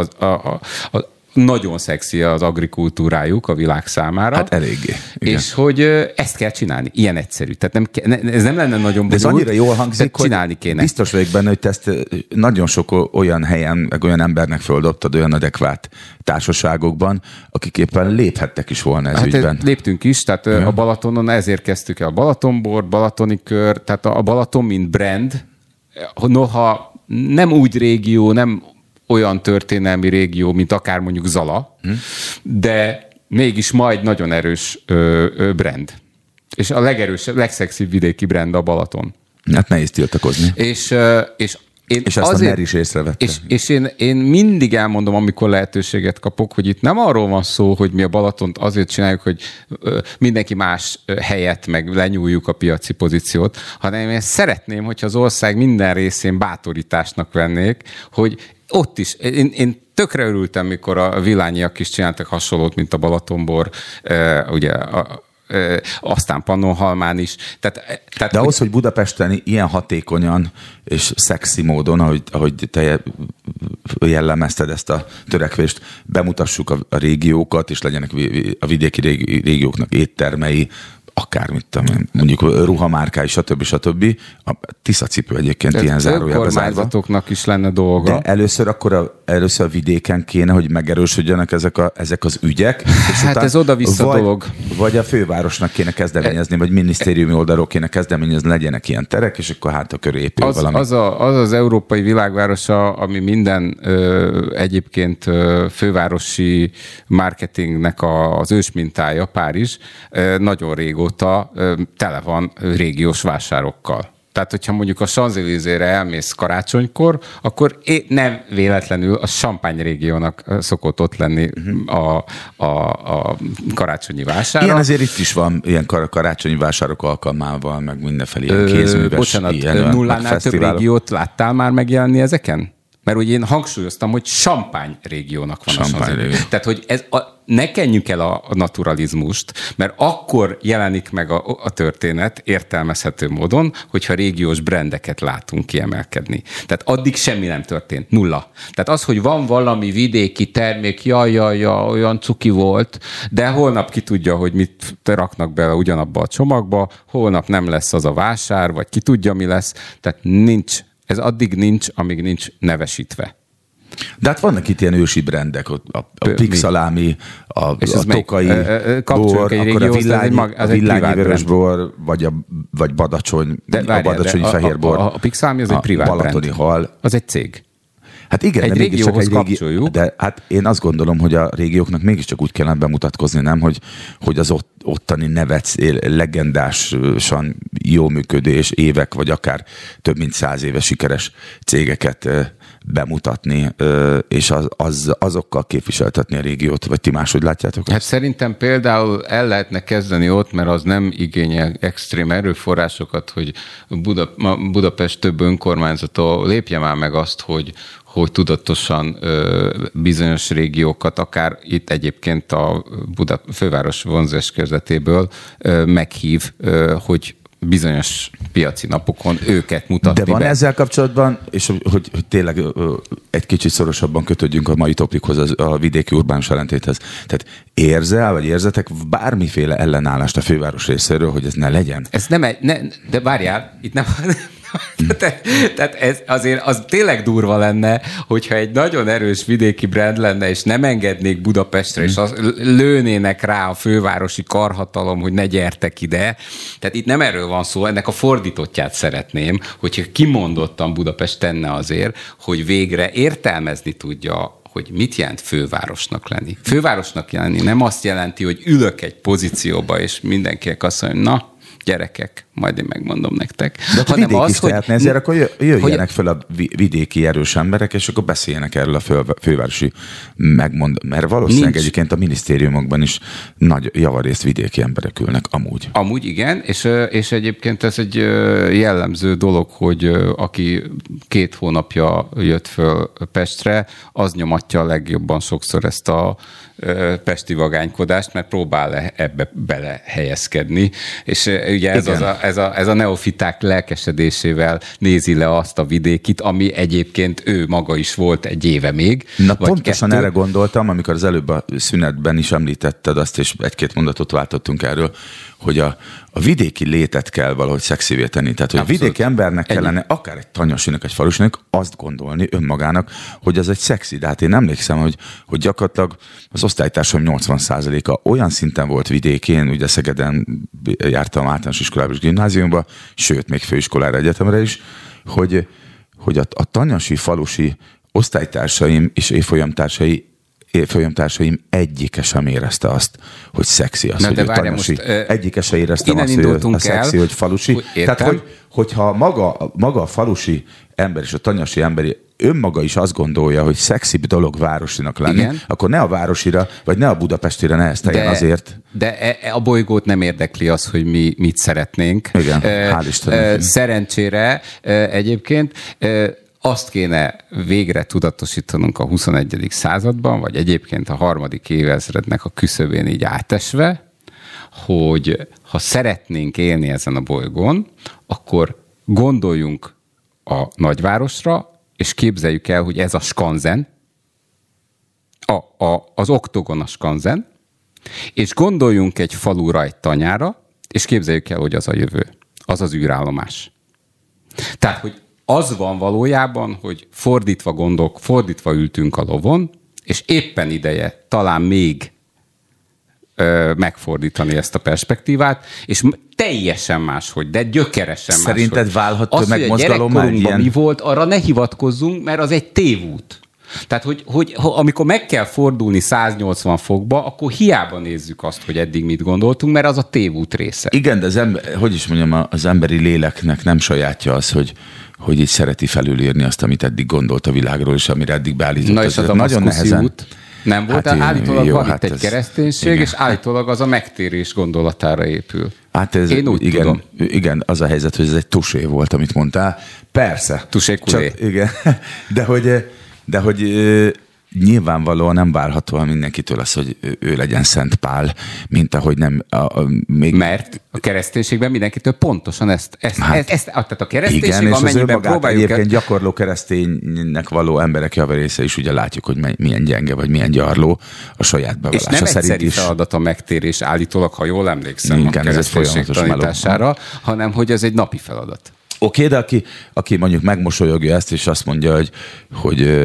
S3: Nagyon szexi az agrikultúrájuk a világ számára.
S2: Hát eléggé.
S3: Igen. És hogy ezt kell csinálni. Ilyen egyszerű. Tehát ez nem lenne nagyon bonyolult.
S2: Ez annyira jól hangzik, hogy
S3: csinálni kéne.
S2: Biztos vagyok benne, hogy te ezt nagyon sok olyan helyen, meg olyan embernek földobtad olyan adekvát társaságokban, akik éppen léphettek is volna ez ügyben.
S3: Léptünk is, tehát a Balatonon ezért kezdtük el a Balatonbort, Balatoni kör, tehát a Balaton, mint brand, noha nem úgy régió, nem olyan történelmi régió, mint akár mondjuk Zala, de mégis majd nagyon erős brand. És a legerősebb, legszexibb vidéki brand a Balaton.
S2: Hát nehéz tiltakozni.
S3: És
S2: ezt azért, a Mer is észrevette.
S3: És én mindig elmondom, amikor lehetőséget kapok, hogy itt nem arról van szó, hogy mi a Balatont azért csináljuk, hogy mindenki más helyet meg lenyúljuk a piaci pozíciót, hanem én szeretném, hogyha az ország minden részén bátorításnak vennék, hogy ott is, én tökre örültem, mikor a Villányiak is csináltak hasonlót, mint a Balatonbor, ugye aztán Pannonhalmán is.
S2: De ahhoz, hogy Budapesten ilyen hatékonyan és szexi módon, ahogy te jellemezted ezt a törekvést, bemutassuk a régiókat, és legyenek a vidéki régióknak éttermei, akármit, mondjuk ruhamárkái, stb. A Tisza-cipő egyébként ilyen zárójelbe zárva.
S3: Kormányzatoknak is lenne dolga.
S2: De először a vidéken kéne, hogy megerősödjenek ezek az ügyek. És
S3: hát ez oda-vissza dolog.
S2: Vagy a fővárosnak kéne kezdeményezni, vagy minisztériumi oldalról kéne kezdeményezni, legyenek ilyen terek, és akkor hát a köré épül valami.
S3: Az európai világvárosa, ami minden egyébként fővárosi marketingnek az ősmintája, Párizs, nagyon régóta tele van régiós vásárokkal. Tehát, hogyha mondjuk a Champs-Élysére elmész karácsonykor, akkor nem véletlenül a Champagne régiónak szokott ott lenni a karácsonyi vásár.
S2: Igen, azért itt is van ilyen karácsonyi vásárok alkalmával, meg mindenfelé ilyen kézműves.
S3: Bocsánat, nullánál több régiót láttál már megjelenni ezeken? Mert ugye én hangsúlyoztam, hogy Champagne régiónak van
S2: Champagne régió.
S3: Tehát, hogy ne kenjük el a naturalizmust, mert akkor jelenik meg a történet értelmezhető módon, hogyha régiós brandeket látunk kiemelkedni. Tehát addig semmi nem történt. Nulla. Tehát az, hogy van valami vidéki termék, olyan cuki volt, de holnap ki tudja, hogy mit raknak bele ugyanabba a csomagba, holnap nem lesz az a vásár, vagy ki tudja, mi lesz. Tehát nincs. Ez addig nincs, amíg nincs nevesítve.
S2: De hát vannak itt ilyen ősi brendek, a Pixalámi, a Tokai bor, akkor a Villányi vörösbor, vagy Badacsony, a Badacsonyi fehérbor.
S3: A Pixalámi az egy privát
S2: Balatoni hal.
S3: Az egy cég.
S2: Hát igen,
S3: egy
S2: de
S3: régióhoz kapcsoljuk.
S2: De hát én azt gondolom, hogy a régióknak mégiscsak úgy kellene bemutatkozni, nem, hogy az ottani nevet legendásan jó működés, évek, vagy akár több mint 100 éve sikeres cégeket bemutatni, és azokkal képviseltetni a régiót, vagy ti máshogy látjátok?
S3: Hát szerintem például el lehetne kezdeni ott, mert az nem igényel extrém erőforrásokat, hogy Budapest több önkormányzata lépje már meg azt, hogy tudatosan bizonyos régiókat, akár itt egyébként a főváros vonzás körzetéből meghív, hogy bizonyos piaci napokon őket mutatni
S2: be. De van ezzel kapcsolatban, és hogy tényleg egy kicsit szorosabban kötődjünk a mai topikhoz, a vidéki urbánus ellentéthez. Tehát érzetek bármiféle ellenállást a főváros részéről, hogy ez ne legyen?
S3: Ez nem de várjál, itt nem... Tehát ez azért az tényleg durva lenne, hogyha egy nagyon erős vidéki brand lenne, és nem engednék Budapestre, és lőnének rá a fővárosi karhatalom, hogy ne gyertek ide. Tehát itt nem erről van szó, ennek a fordítottját szeretném, hogyha kimondottan Budapest tenne azért, hogy végre értelmezni tudja, hogy mit jelent fővárosnak lenni. Fővárosnak lenni nem azt jelenti, hogy ülök egy pozícióba, és mindenkinek azt mondja, na, gyerekek, majd én megmondom nektek.
S2: De ha vidék az, is lehetne, ezért akkor jöjjenek föl a vidéki erős emberek, és akkor beszéljenek erről a fővárosi mert valószínűleg egyébként a minisztériumokban is nagy javarészt vidéki emberek ülnek, amúgy.
S3: Amúgy igen, és egyébként ez egy jellemző dolog, hogy aki 2 hónapja jött föl Pestre, az nyomatja a legjobban sokszor ezt a pesti vagánykodást, mert próbál ebbe belehelyezkedni, és ugye ez a neofiták lelkesedésével nézi le azt a vidékit, ami egyébként ő maga is volt egy éve még.
S2: Na pontosan erre gondoltam, amikor az előbb a szünetben is említetted azt, és 1-2 mondatot váltottunk erről, hogy a vidéki létet kell valahogy szexivé tenni. Tehát, hogy abszolút. A vidéki embernek kellene, akár egy Tanyasinak, egy falusinak azt gondolni önmagának, hogy ez egy szexi. De hát én emlékszem, hogy gyakorlatilag az osztálytársam 80%-a olyan szinten volt vidékén, ugye Szegeden jártam általános iskolába és gimnáziumba, sőt, még főiskolára, egyetemre is, hogy a tanyasi falusi osztálytársaim és évfolyamtársaim egyike sem érezte azt, hogy szexi az, hogy tanyasi. Egyike sem éreztem azt, hogy a szexi, hogy falusi. Tehát, hogyha maga a falusi ember és a tanyasi emberi önmaga is azt gondolja, hogy szexibb dolog városinak lenni, igen, akkor ne a városira, vagy ne a budapestire nehezteljen azért.
S3: De a bolygót nem érdekli az, hogy mi mit szeretnénk.
S2: Igen, hál' Istennek.
S3: Szerencsére egyébként azt kéne végre tudatosítanunk a 21. században, vagy egyébként a 3. évezrednek a küszöbén így átesve, hogy ha szeretnénk élni ezen a bolygón, akkor gondoljunk a nagyvárosra, és képzeljük el, hogy ez a skanzen, az oktogon a skanzen, és gondoljunk egy falura, egy tanyára, és képzeljük el, hogy az a jövő. Az az űrállomás. Tehát, hogy az van valójában, hogy fordítva ültünk a lovon, és éppen ideje talán még megfordítani ezt a perspektívát, és teljesen máshogy, de gyökeresen máshogy.
S2: Szerinted válhat tömegmozgalom már ilyen?
S3: Mi volt, arra ne hivatkozzunk, mert az egy tévút. Tehát, hogy amikor meg kell fordulni 180 fokba, akkor hiába nézzük azt, hogy eddig mit gondoltunk, mert az a tévút része.
S2: Igen, de az emberi léleknek nem sajátja az, hogy így szereti felülírni azt, amit eddig gondolt a világról, és amire eddig beállított.
S3: Na és a damaszkuszi út nem volt, állítólag van itt egy kereszténység, igen. És állítólag az a megtérés gondolatára épül.
S2: Hát én úgy tudom. Igen, az a helyzet, hogy ez egy tusé volt, amit mondtál. Persze.
S3: Tusé-kulé.
S2: Igen, de hogy nyilvánvalóan nem várható mindenkitől az, hogy ő legyen Szent Pál, mint ahogy nem...
S3: Mert a kereszténységben mindenkitől pontosan ezt tehát a kereszténység,
S2: igen, és
S3: amennyiben próbáljuk...
S2: Egyébként gyakorló kereszténynek való emberek javarésze is ugye látjuk, hogy milyen gyenge, vagy milyen gyarló a saját bevallása szerint is.
S3: És nem egyszerű feladat a megtérés állítólag, ha jól emlékszem, igen, a kereszténység tanítására, hanem hogy ez egy napi feladat.
S2: Oké, de aki mondjuk megmosolyogja ezt, és azt mondja, hogy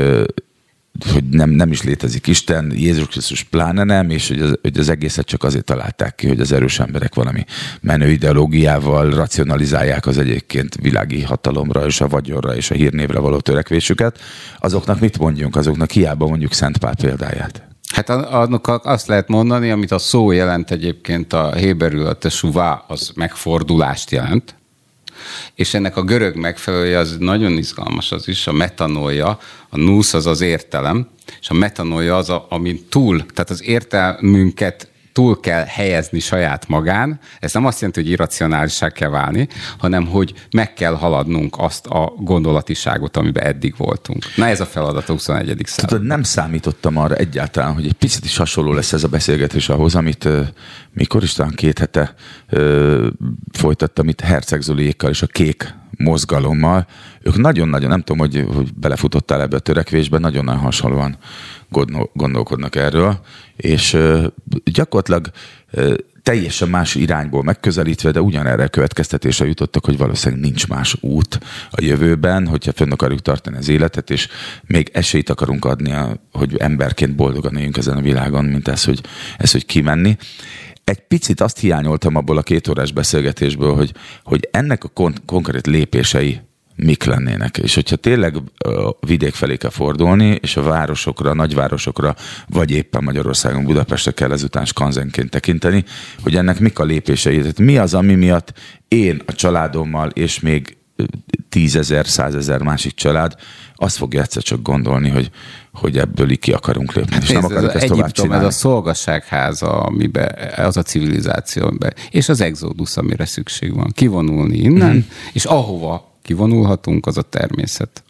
S2: nem is létezik Isten, Jézus Krisztus pláne nem, és hogy az egészet csak azért találták ki, hogy az erős emberek valami menő ideológiával racionalizálják az egyébként világi hatalomra, és a vagyonra, és a hírnévre való törekvésüket. Azoknak mit mondjunk? Azoknak hiába mondjuk Szent Pál példáját.
S3: Hát annak azt lehet mondani, amit a szó jelent egyébként a héberül, a tesuvá, az megfordulást jelent. És ennek a görög megfelelője az nagyon izgalmas az is, a metanoia, a nusz az az értelem, és a metanoia az, amin túl, tehát az értelmünket túl kell helyezni saját magán. Ez nem azt jelenti, hogy irracionálissá kell válni, hanem hogy meg kell haladnunk azt a gondolatiságot, amiben eddig voltunk. Na ez a feladat a 21. század.
S2: Tudod, nem számítottam arra egyáltalán, hogy egy picit is hasonló lesz ez a beszélgetés ahhoz, amit mikor is talán 2 hete folytattam itt Herceg Zoliékkal és a Kék mozgalommal. Ők nagyon-nagyon, nem tudom, hogy belefutottál ebbe a törekvésbe, nagyon-nagyon hasonlóan gondolkodnak erről, és gyakorlatilag teljesen más irányból megközelítve, de ugyanerre a következtetésre jutottak, hogy valószínűleg nincs más út a jövőben, hogyha fönn akarjuk tartani az életet, és még esélyt akarunk adni, hogy emberként boldogan éljünk ezen a világon, mint ez, hogy kimenni. Egy picit azt hiányoltam abból a 2 órás beszélgetésből, hogy ennek a konkrét lépései mik lennének. És hogyha tényleg a vidék felé kell fordulni, és a városokra, a nagyvárosokra, vagy éppen Magyarországon, Budapestre kell ezután skanzenként tekinteni, hogy ennek mik a lépései. Tehát mi az, ami miatt én a családommal, és még 10 000, 100 000 másik család azt fogja egyszer csak gondolni, hogy ebből így ki akarunk lépni. Hát és nem akarjuk ezt tovább csinálni.
S3: Ez a szolgasságháza, amiben az a civilizáció, amiben, és az exodus, amire szükség van. Kivonulni innen, és ahova kivonulhatunk, az a természet.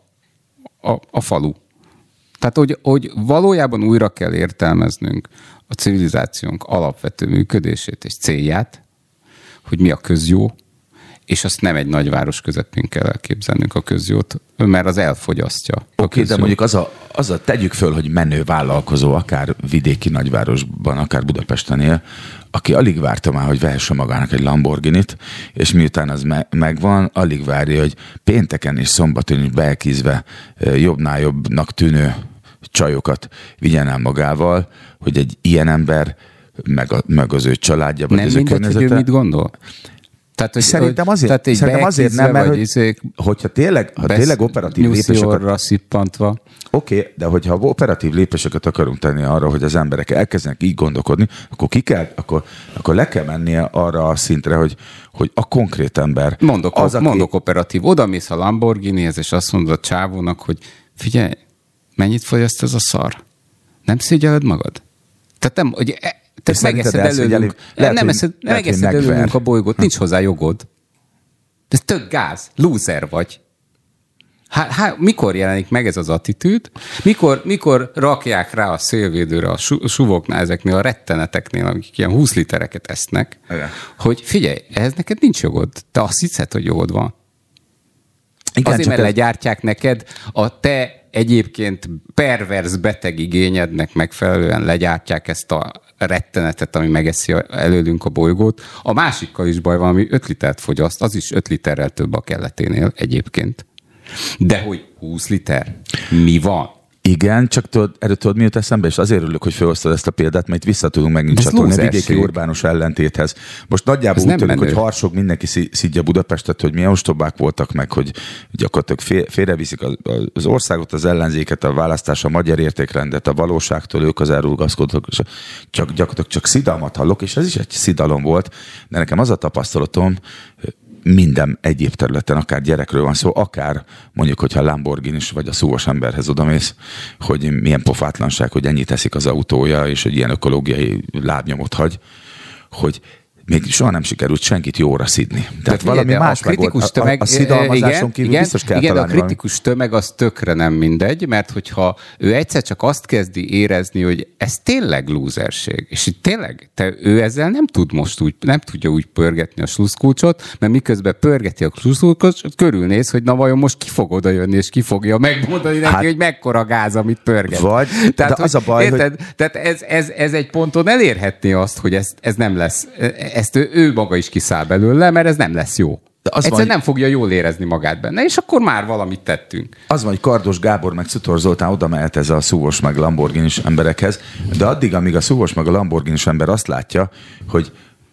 S3: A falu. Tehát, hogy valójában újra kell értelmeznünk a civilizációnk alapvető működését és célját, hogy mi a közjó, és azt nem egy nagyváros közepén kell elképzelnünk a közjót, mert az elfogyasztja.
S2: Oké, de mondjuk az a tegyük föl, hogy menő vállalkozó, akár vidéki nagyvárosban, akár Budapesten él, aki alig várta már, hogy vehesse magának egy Lamborghinit, és miután az megvan, alig várja, hogy pénteken és szombaton is beelkízve jobbnál jobbnak tűnő csajokat vigyen el magával, hogy egy ilyen ember, meg az ő családja, vagy
S3: nem
S2: az ő környezete...
S3: Nem mindegy, hogy mit gondol? Tehát, hogy,
S2: szerintem azért nem, mert hogyha tényleg operatív lépéseket...
S3: szippantva.
S2: Oké, de hogyha operatív lépéseket akarunk tenni arra, hogy az emberek elkezdenek így gondolkodni, akkor le kell mennie arra a szintre, hogy a konkrét ember...
S3: Mondok operatív. Oda mész a Lamborghinihez, és azt mondod a csávónak, hogy figyelj, mennyit fogyaszt ez a szar? Nem szégyelled magad? Tehát nem, hogy... Te megeszed előlünk. Nem megeszed előlünk a bolygót, nincs hozzá jogod. Ez tök gáz, lúzer vagy. Mikor jelenik meg ez az attitűd? Mikor rakják rá a szélvédőre a suvoknál, ezeknél a retteneteknél, akik ilyen 20 litereket esznek, hogy figyelj, ehhez neked nincs jogod. Te azt hiszed, hogy jogod van. Igen, azért, mert legyártják neked a te egyébként perverz beteg igényednek megfelelően legyártják ezt a rettenetet, ami megeszi előlünk a bolygót. A másikkal is baj van, ami 5 litert fogyaszt, az is 5 literrel több a kelleténél egyébként. De hogy 20 liter? Mi van?
S2: Igen, csak erről tudod, mi jut eszembe, és azért örülök, hogy felhoztad ezt a példát, mert itt vissza tudunk megint csatolni a vidéki urbánus ellentéthez. Most nagyjából úgy tűnik, hogy harsog mindenki szidja Budapestet, hogy milyen ostobák voltak meg, hogy gyakorlatilag félreviszik az országot, az ellenzéket, a választás, a magyar értékrendet, a valóságtól ők az elrugaszkodnak, és gyakorlatilag csak szidalmat hallok, és ez is egy szidalom volt, de nekem az a tapasztalatom, minden egyéb területen, akár gyerekről van szó, akár mondjuk, hogyha a Lamborghini-s vagy a szúvos emberhez odamész, hogy milyen pofátlanság, hogy ennyit teszik az autója, és hogy ilyen ökológiai lábnyomot hagy, hogy még soha nem sikerült senkit jóra szidni. Tehát valami más
S3: kritikus tömeg,
S2: a szidalmazáson kívül biztos kell
S3: találni.
S2: Igen,
S3: a kritikus tömeg az tökre nem mindegy, mert hogyha ő egyszer csak azt kezdi érezni, hogy ez tényleg lúzerség, és itt tényleg ő ezzel nem tudja úgy pörgetni a sluszkulcsot, mert miközben pörgeti a sluszkulcsot, körülnéz, hogy na vajon most ki fog oda jönni, és ki fogja megmondani neki, hogy mekkora gáz, amit pörget. Tehát,
S2: az a baj,
S3: érted? Tehát ez egy ponton elérhetné azt, hogy ez nem lesz. Ezt ő maga is kiszáll belőle, mert ez nem lesz jó. Egyszerűen nem fogja jól érezni magát benne, és akkor már valamit tettünk.
S2: Az van, hogy Kardos Gábor meg Szutor Zoltán oda mehet ez a szúvos meg Lamborghini-s emberekhez, de addig, amíg a szúvos meg a Lamborghini-s ember azt látja, hogy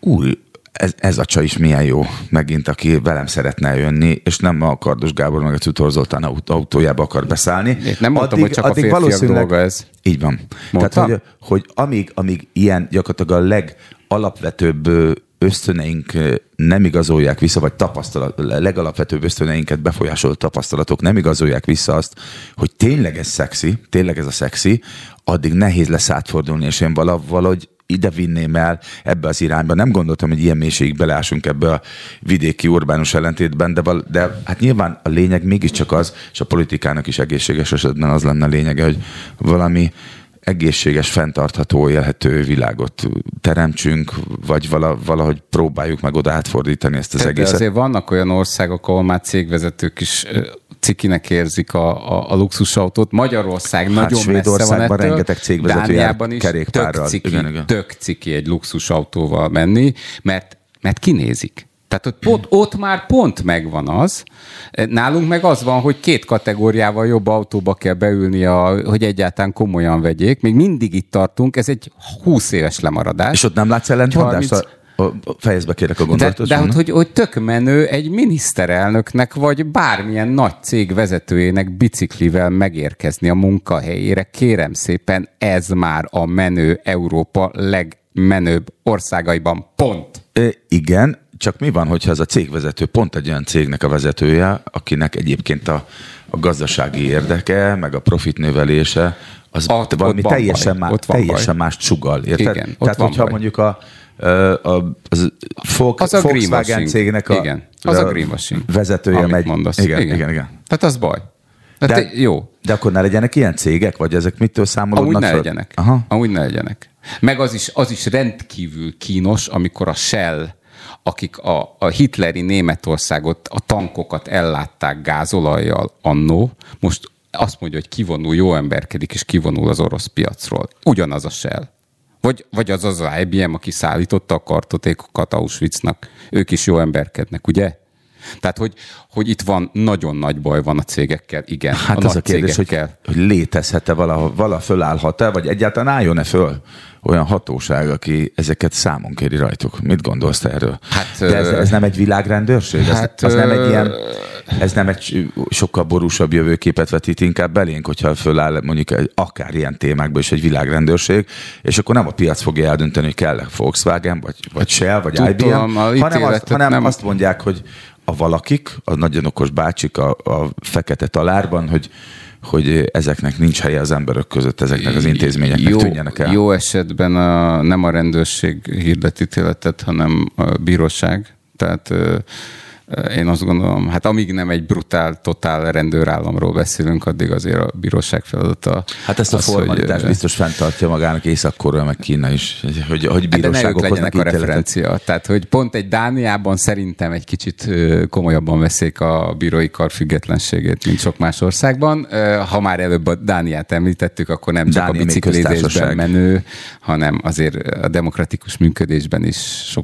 S2: ez a csaj is milyen jó, megint, aki velem szeretne jönni, és nem a Kardos Gábor meg a Szutor Zoltán autójába akar beszállni.
S3: Én nem mondtam, hogy csak a férfiak dolga ez.
S2: Így van.
S3: Mondtam?
S2: Tehát, hogy amíg ilyen gyakorlatilag a legalapvetőbb ösztöneink nem igazolják vissza, vagy legalapvetőbb ösztöneinket befolyásoló tapasztalatok nem igazolják vissza azt, hogy tényleg ez szexi, tényleg ez a szexi, addig nehéz lesz átfordulni, és én valahogy ide vinném el ebbe az irányba. Nem gondoltam, hogy ilyen mélységig beleásunk ebbe a vidéki urbánus ellentétben, de hát nyilván a lényeg mégiscsak az, és a politikának is egészséges esetben az lenne a lényege, hogy valami egészséges, fenntartható, élhető világot teremtsünk, vagy valahogy próbáljuk meg oda átfordítani ezt az egészet.
S3: De azért vannak olyan országok, ahol már cégvezetők is cikinek érzik a luxusautót. Magyarország nagyon messze van ettől.
S2: Rengeteg cégvezető
S3: Dániában is tök ciki egy luxusautóval menni, mert kinézik. Tehát ott már pont megvan az. Nálunk meg az van, hogy 2 kategóriával jobb autóba kell beülni, hogy egyáltalán komolyan vegyék. Még mindig itt tartunk, ez egy 20 éves lemaradás.
S2: És ott nem látsz ellentmondást? Fejezbe kérek a gondolatot.
S3: De hogy tök menő egy miniszterelnöknek, vagy bármilyen nagy cég vezetőjének biciklivel megérkezni a munkahelyére. Kérem szépen, ez már a menő Európa legmenőbb országaiban. Pont.
S2: Igen, csak mi van, hogyha az a cégvezető pont egy olyan cégnek a vezetője, akinek egyébként a gazdasági érdeke, meg a profitnövelése, az valami teljesen mást sugall, érted?
S3: Igen,
S2: tehát, hogyha mondjuk a Volkswagen cégnek
S3: a greenwashing
S2: vezetője megy. Igen.
S3: Tehát az baj. Jó.
S2: De akkor ne legyenek ilyen cégek? Vagy ezek mitől számolódnak?
S3: Amúgy ne legyenek. Meg az is rendkívül kínos, amikor a Shell, akik a hitleri Németországot, a tankokat ellátták gázolajjal annó, most azt mondja, hogy kivonul, jó emberkedik, és kivonul az orosz piacról. Ugyanaz a Shell. Vagy az IBM, aki szállította a kartotékokat Auschwitznak. Ők is jó emberkednek, ugye? Tehát, hogy itt van, nagyon nagy baj van a cégekkel, igen.
S2: Hát az a kérdés, hogy létezhet-e vala fölállhat-e, vagy egyáltalán álljon-e föl olyan hatóság, aki ezeket számon kéri rajtuk. Mit gondolsz te erről? De ez nem egy világrendőrség? Az nem egy ilyen, ez nem egy sokkal borúsabb jövőképet vetít inkább belénk, hogyha föláll mondjuk akár ilyen témákban is egy világrendőrség, és akkor nem a piac fogja eldönteni, hogy kell Volkswagen, vagy Shell, vagy IBM, hanem azt mondják, hogy a valakik, a nagyon okos bácsik a fekete talárban, hogy ezeknek nincs helye az emberek között, ezeknek az intézményeknek tűnjenek el.
S3: Jó esetben nem a rendőrség hirdet ítéletet, hanem a bíróság. Tehát én azt gondolom, hát amíg nem egy brutál, totál rendőrállamról beszélünk, addig azért a bíróság feladata.
S2: Hát ezt a formalitást biztos fenntartja magának Észak-Korea, meg Kína is, hogy bíróságok
S3: legyenek a referencia. Tehát, hogy pont egy Dániában szerintem egy kicsit komolyabban veszik a bírói kar függetlenségét, mint sok más országban. Ha már előbb a Dániát említettük, akkor nem csak Dánia a biciklizésben menő, hanem azért a demokratikus működésben is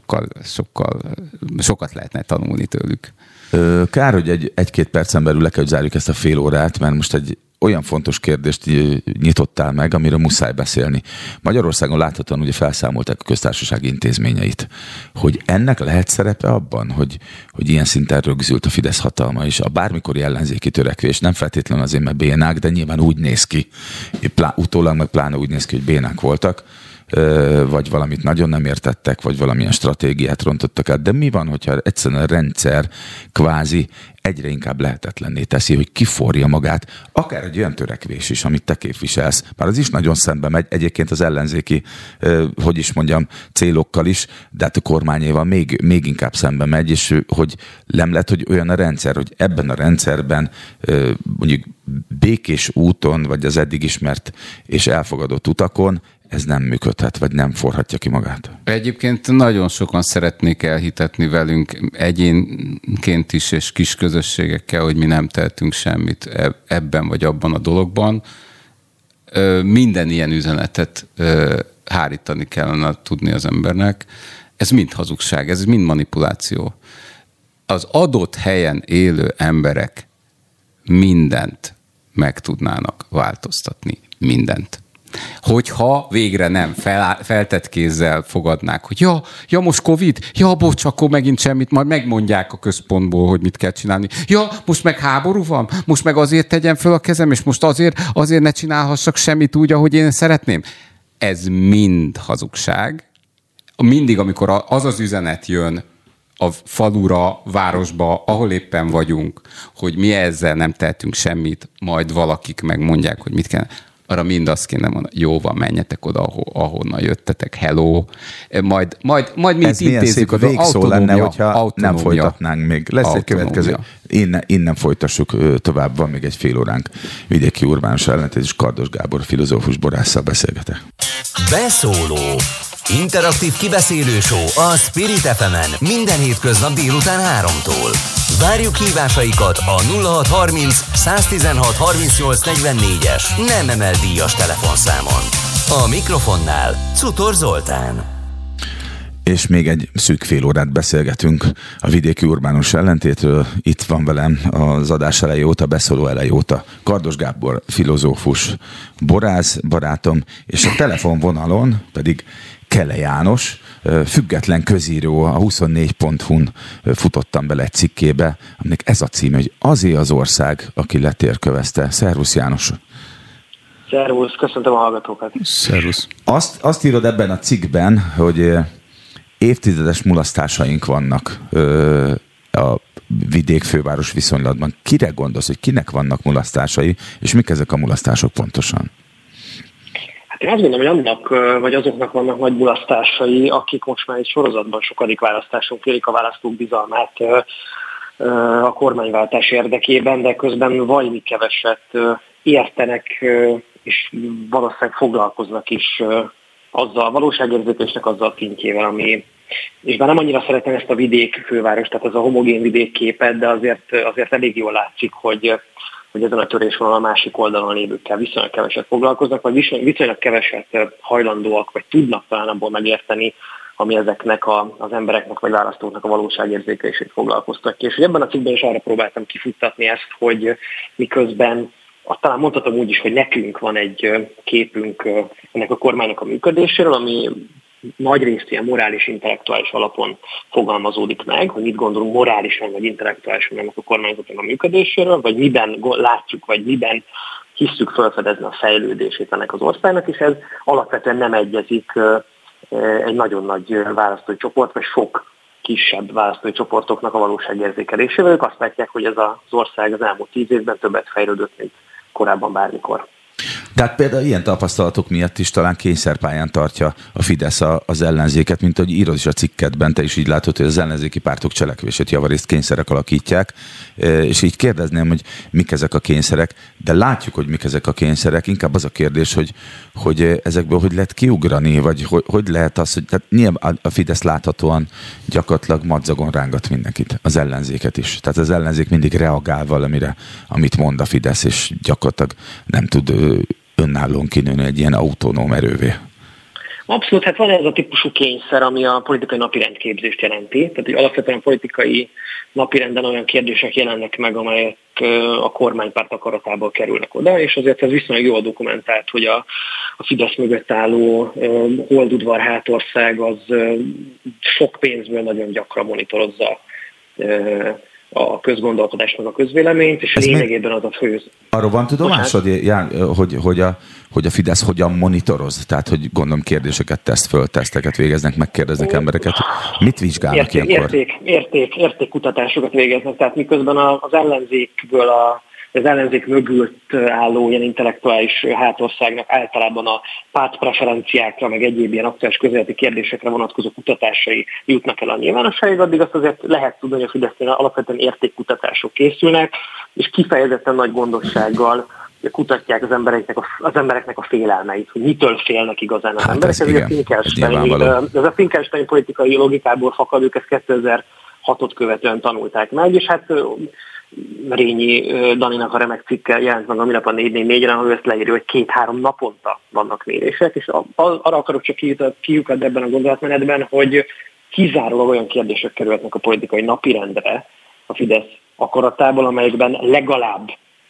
S3: sokat lehetne tanulni tőlük.
S2: Kár, hogy egy-két percen belül le kell, hogy zárjuk ezt a fél órát, mert most egy olyan fontos kérdést nyitottál meg, amiről muszáj beszélni. Magyarországon láthatóan ugye felszámolták a köztársaság intézményeit. Hogy ennek lehet szerepe abban, hogy ilyen szinten rögzült a Fidesz hatalma is, a bármikori ellenzéki törekvés, nem feltétlenül azért, mert bénák, de nyilván úgy néz ki, utólag meg pláne úgy néz ki, hogy bénák voltak, vagy valamit nagyon nem értettek, vagy valamilyen stratégiát rontottak át. De mi van, hogyha egyszerűen a rendszer kvázi egyre inkább lehetetlenné teszi, hogy kiforja magát, akár egy olyan törekvés is, amit te képviselsz. Már az is nagyon szembe megy, egyébként az ellenzéki, célokkal is, de hát a kormányéval még inkább szembe megy, és hogy nem lett, hogy olyan a rendszer, hogy ebben a rendszerben mondjuk békés úton, vagy az eddig ismert és elfogadott utakon ez nem működhet, vagy nem forhatja ki magát.
S3: Egyébként nagyon sokan szeretnék elhitetni velünk egyénként is, és kis közösségekkel, hogy mi nem tehetünk semmit ebben vagy abban a dologban. Minden ilyen üzenetet hárítani kellene tudni az embernek. Ez mind hazugság, ez mind manipuláció. Az adott helyen élő emberek mindent meg tudnának változtatni. Mindent. Hogyha végre nem feltett kézzel fogadnák, hogy ja, most Covid, bocs, akkor megint semmit, majd megmondják a központból, hogy mit kell csinálni. Ja, most meg háború van, most meg azért tegyem föl a kezem, és most azért ne csinálhassak semmit úgy, ahogy én szeretném. Ez mind hazugság. Mindig, amikor az üzenet jön a falura, városba, ahol éppen vagyunk, hogy mi ezzel nem tehetünk semmit, majd valakik megmondják, hogy mit kell. Arra mind azt kéne mondani, jó van, menjetek oda, ahonnan jöttetek, hello. Majd mi
S2: ez intézzük az végszó lenne, hogyha nem folytatnánk még. Lesz egy következő. Innen folytassuk tovább, van még egy fél óránk. Vidéki Urbánus Ellentétes és Kardos Gábor filozófus borásszal beszélgetek.
S1: Beszóló. Interaktív kibeszélő show a Spirit FM-en minden hétköznap délután 3-tól. Várjuk hívásaikat a 0630 116 38 44-es nem emel díjas telefonszámon. A mikrofonnál Czutor Zoltán.
S2: És még egy szűk fél órát beszélgetünk a vidéki urbánus ellentétről. Itt van velem az adás elejé óta, beszóló elejé óta Kardos Gábor filozófus, borász barátom, és a telefonvonalon pedig Kele János, független közíró, a 24.hu-n futottam bele egy cikkébe, aminek ez a cím, hogy azé az ország, aki letérkövezte. Szervusz János!
S5: Szervusz, köszöntöm a hallgatókat!
S3: Szervusz!
S2: Azt írod ebben a cikkben, hogy évtizedes mulasztásaink vannak a vidék-főváros viszonylatban. Kire gondolsz, hogy kinek vannak mulasztásai, és mik ezek a mulasztások pontosan?
S5: Hát én azt gondolom, hogy annak, vagy azoknak vannak nagy mulasztásai, akik most már egy sorozatban sokadik választáson kérik a választók bizalmát a kormányváltás érdekében, de közben valami keveset értenek, és valószínűleg foglalkoznak is azzal a valóságérzékésnek azzal a szintjével, ami... És bár nem annyira szeretem ezt a vidék főváros, tehát ez a homogén vidékképet, de azért elég jól látszik, hogy ezen a törésvonal a másik oldalon lévőkkel viszonylag keveset foglalkoznak, vagy viszonylag keveset hajlandóak, vagy tudnak talán abból megérteni, ami ezeknek az embereknek, vagy választóknak a valóságérzékelését foglalkoztatja. És hogy ebben a cikkben is arra próbáltam kifuttatni ezt, hogy miközben talán mondhatom úgy is, hogy nekünk van egy képünk ennek a kormánynak a működéséről, ami nagy részt ilyen morális, intellektuális alapon fogalmazódik meg, hogy mit gondolunk morálisan vagy intellektuálisan ennek a kormányzatnak a működéséről, vagy miben látjuk, vagy miben hisszük felfedezni a fejlődését ennek az országnak, és ez alapvetően nem egyezik egy nagyon nagy választói csoport, vagy sok kisebb választói csoportoknak a valóságérzékelésével. Ők azt látják, hogy ez az ország az elmúlt 10 évben többet fejlődött, mint korábban bármikor.
S2: Tehát például ilyen tapasztalatok miatt is talán kényszerpályán tartja a Fidesz az ellenzéket, mint ahogy írod is a cikkedben, te is így látod, hogy az ellenzéki pártok cselekvését javarészt kényszerek alakítják, és így kérdezném, hogy mik ezek a kényszerek, de látjuk, hogy mik ezek a kényszerek, inkább az a kérdés, hogy ezekből hogy lehet kiugrani, vagy hogy lehet az, hogy tehát nyilván a Fidesz láthatóan gyakorlatilag madzagon rángat mindenkit, az ellenzéket is. Tehát az ellenzék mindig reagál valamire, amit mond a Fidesz, és gyakorlatilag nem tud önállóan kinőni egy ilyen autonóm erővé.
S5: Abszolút, hát van ez a típusú kényszer, ami a politikai napirendképzést jelenti. Tehát, hogy alapvetően a politikai napirenden olyan kérdések jelennek meg, amelyek a kormánypárt akaratából kerülnek oda, és azért ez viszonylag jól dokumentált, hogy a Fidesz mögött álló holdudvar hátország az sok pénzből nagyon gyakran monitorozza a közgondolkodást, meg a közvéleményt, és lényegében az a fő.
S2: Arról van tudomásod, hogy a Fidesz hogyan monitoroz? Tehát, hogy gondolom kérdéseket tesz föl, teszteket végeznek, megkérdeznek embereket. Mit vizsgálnak ilyenkor?
S5: Értékkutatásokat végeznek, tehát miközben az ellenzékből az ellenzék mögött álló ilyen intellektuális hátországnak általában a pártpreferenciákra, meg egyéb ilyen aktuális közéleti kérdésekre vonatkozó kutatásai jutnak el a nyilvánosságig, addig azt azért lehet tudni, hogy a Fidesznél alapvetően értékkutatások készülnek, és kifejezetten nagy gondossággal kutatják az embereknek a félelmeit, hogy mitől félnek igazán az emberek. Ez a Finkelstein politikai logikából fakad, ők ezt 2006-ot követően tanulták meg, és hát Rényi Daninak a remek cikke jelent meg a minap a 444-re, ahol ezt leírja, hogy 2-3 naponta vannak mérések, és arra akarok csak kiukadni ebben a gondolatmenetben, hogy kizárólag olyan kérdések kerülhetnek a politikai napirendre a Fidesz akaratából, amelyekben legalább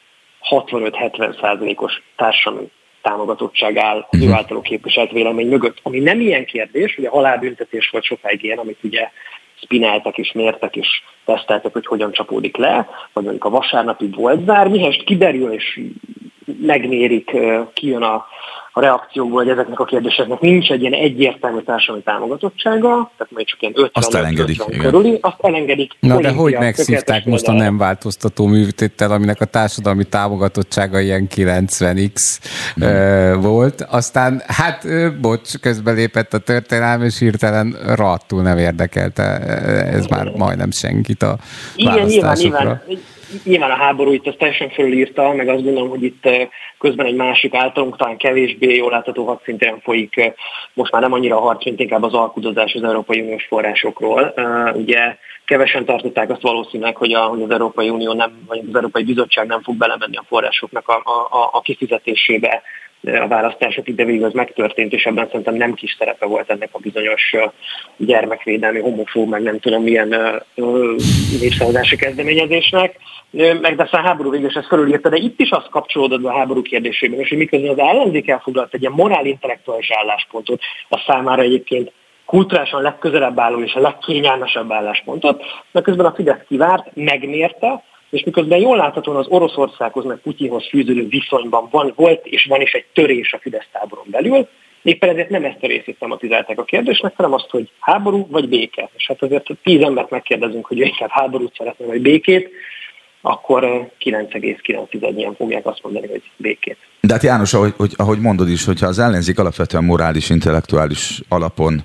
S5: 65-70%-os társadalmi támogatottság áll az ő általuk képviselt vélemény mögött. Ami nem ilyen kérdés, hogy a halálbüntetés volt sokáig ilyen, amit ugye spináltak és mértek és teszteltek, hogy hogyan csapódik le, vagy mondjuk a vasárnapi volt zár, mihest kiderül és megmérik, kijön a reakciókból, hogy ezeknek a kérdéseknek nincs egy ilyen egyértelmű társadalmi támogatottsága, tehát majd csak ilyen 50 körüli, azt elengedik.
S3: Na de hogy megszívták most a nem változtató műtéttel, aminek a társadalmi támogatottsága ilyen 90x volt, aztán hát közbelépett a történelem, és hirtelen rohadtul nem érdekelte ez már majdnem senkit a választásokra.
S5: Nyilván a háború itt azt teljesen fölírta, meg azt gondolom, hogy itt közben egy másik általunk talán kevésbé jól látható hadszinten folyik most már nem annyira a harc, mint inkább az alkudozás az Európai Uniós forrásokról. Ugye kevesen tartották azt valószínűleg, hogy az Európai Unió nem, vagy az Európai Bizottság nem fog belemenni a forrásoknak a kifizetésébe a választások, de végül az megtörtént, és ebben szerintem nem kis szerepe volt ennek a bizonyos gyermekvédelmi, homofób, meg nem tudom milyen népszavazási kezdeményezésnek. Meg de aztán a háború végül is ezt felülírta, de itt is az kapcsolódott a háború kérdésében, és hogy miközben az ellenzék elfoglalt egy ilyen morál-intellektuális álláspontot, a számára egyébként kulturálisan legközelebb álló és a legkényelmesebb álláspontot, de közben a Fidesz kivárt, megmérte, és miközben jól láthatóan az Oroszországhoz meg Putyinhoz fűződő viszonyban volt és van is egy törés a Fidesz táboron belül, éppen ezért nem ezt a részét tematizálták a kérdésnek, hanem azt, hogy háború vagy béke. És hát azért 10 embert megkérdezünk, hogy inkább háborút szeretne vagy békét, akkor 9,9-en fogják azt mondani, hogy békét.
S2: De hát János, ahogy mondod is, hogyha az ellenzék alapvetően morális, intellektuális alapon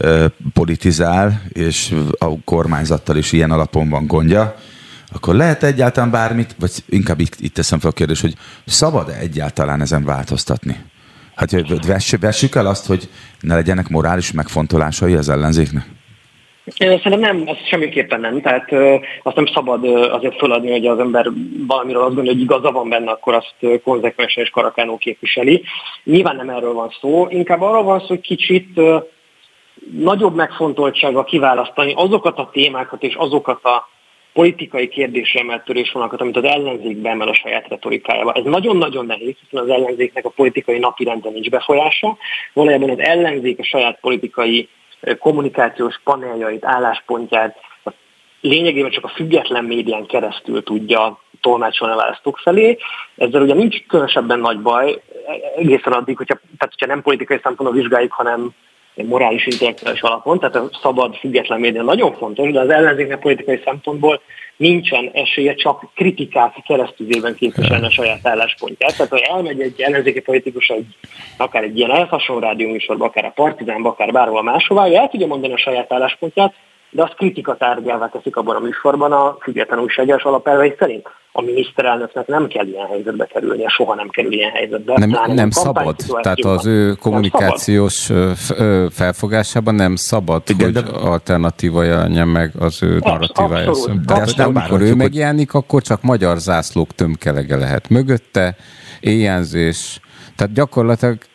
S2: politizál, és a kormányzattal is ilyen alapon van gondja, akkor lehet egyáltalán bármit, vagy inkább itt teszem fel a kérdést, hogy szabad-e egyáltalán ezen változtatni? Hát vessük el azt, hogy ne legyenek morális megfontolásai az ellenzéknek?
S5: Szerintem nem, az semmiképpen nem. Tehát azt nem szabad azért feladni, hogy az ember valamiről azt gondolja, hogy igaza van benne, akkor azt konzekvensen és karakánul képviseli. Nyilván nem erről van szó, inkább arról van szó, hogy kicsit nagyobb megfontoltsága kiválasztani azokat a témákat és azokat a politikai kérdésre emelt törésvonalakat, amit az ellenzék beemel a saját retorikájába. Ez nagyon-nagyon nehéz, hiszen az ellenzéknek a politikai napirenden nincs befolyása. Valójában az ellenzék a saját politikai kommunikációs paneljait, álláspontját lényegében csak a független médián keresztül tudja tolmácsolni a választók felé. Ezzel ugye nincs különösebben nagy baj, egészen addig, hogyha nem politikai szempontból vizsgáljuk, hanem morális intellektuális alapon, tehát a szabad, független média nagyon fontos, de az ellenzéknek politikai szempontból nincsen esélye csak kritikák keresztüzében képviselni a saját álláspontját. Tehát, ha elmegy egy ellenzéki politikus, akár egy ilyen elhasonló rádióműsorba, akár a Partizánba, akár bárhol máshová, el tudja mondani a saját álláspontját, de azt kritika tárgyává teszik abban a műsorban a független újságírás alapelvei szerint. A miniszterelnöknek nem kell ilyen helyzetbe kerülnie, soha nem kerül ilyen helyzetbe.
S3: Nem szabad. Tehát az ő kommunikációs felfogásában nem szabad, igen, hogy alternatíva jelenjen meg az ő narratívája. Tehát amikor ő megjelenik, akkor csak magyar zászlók tömkelege lehet mögötte, éjjelzés. Tehát gyakorlatilag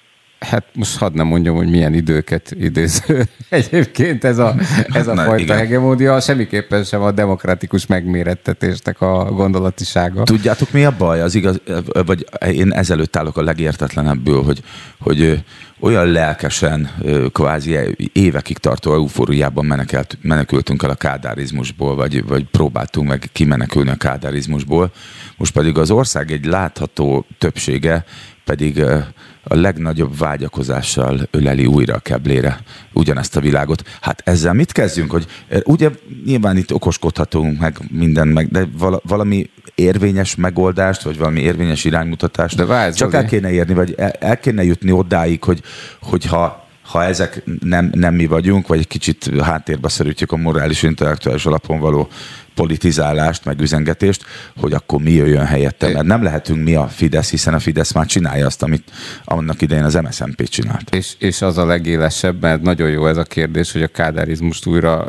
S3: Hát most hadd nem mondjam, hogy milyen időket idéző egyébként ez a fajta igen. Hegemónia, semmiképpen sem a demokratikus megmérettetésnek a gondolatisága.
S2: Tudjátok, mi a baj? Az igaz, vagy én ezelőtt állok a legértetlenebből, hogy olyan lelkesen, kvázi évekig tartó eufóriában menekültünk el a kádárizmusból, vagy próbáltunk meg kimenekülni a kádárizmusból. Most pedig az ország egy látható többsége pedig a legnagyobb vágyakozással öleli újra a keblére ugyanezt a világot. Hát ezzel mit kezdjünk? Hogy ugye nyilván itt okoskodhatunk meg minden, de valami érvényes megoldást, vagy valami érvényes iránymutatást csak el kéne érni, vagy el kéne jutni odáig, hogy ha ezek nem mi vagyunk, vagy egy kicsit háttérbe szorítjuk a morális intellektuális alapon való politizálást, meg üzengetést, hogy akkor mi jöjjön helyette, mert nem lehetünk mi a Fidesz, hiszen a Fidesz már csinálja azt, amit annak idején az MSZNP csinált.
S3: És az a legélesebb, mert nagyon jó ez a kérdés, hogy a kádárizmust újra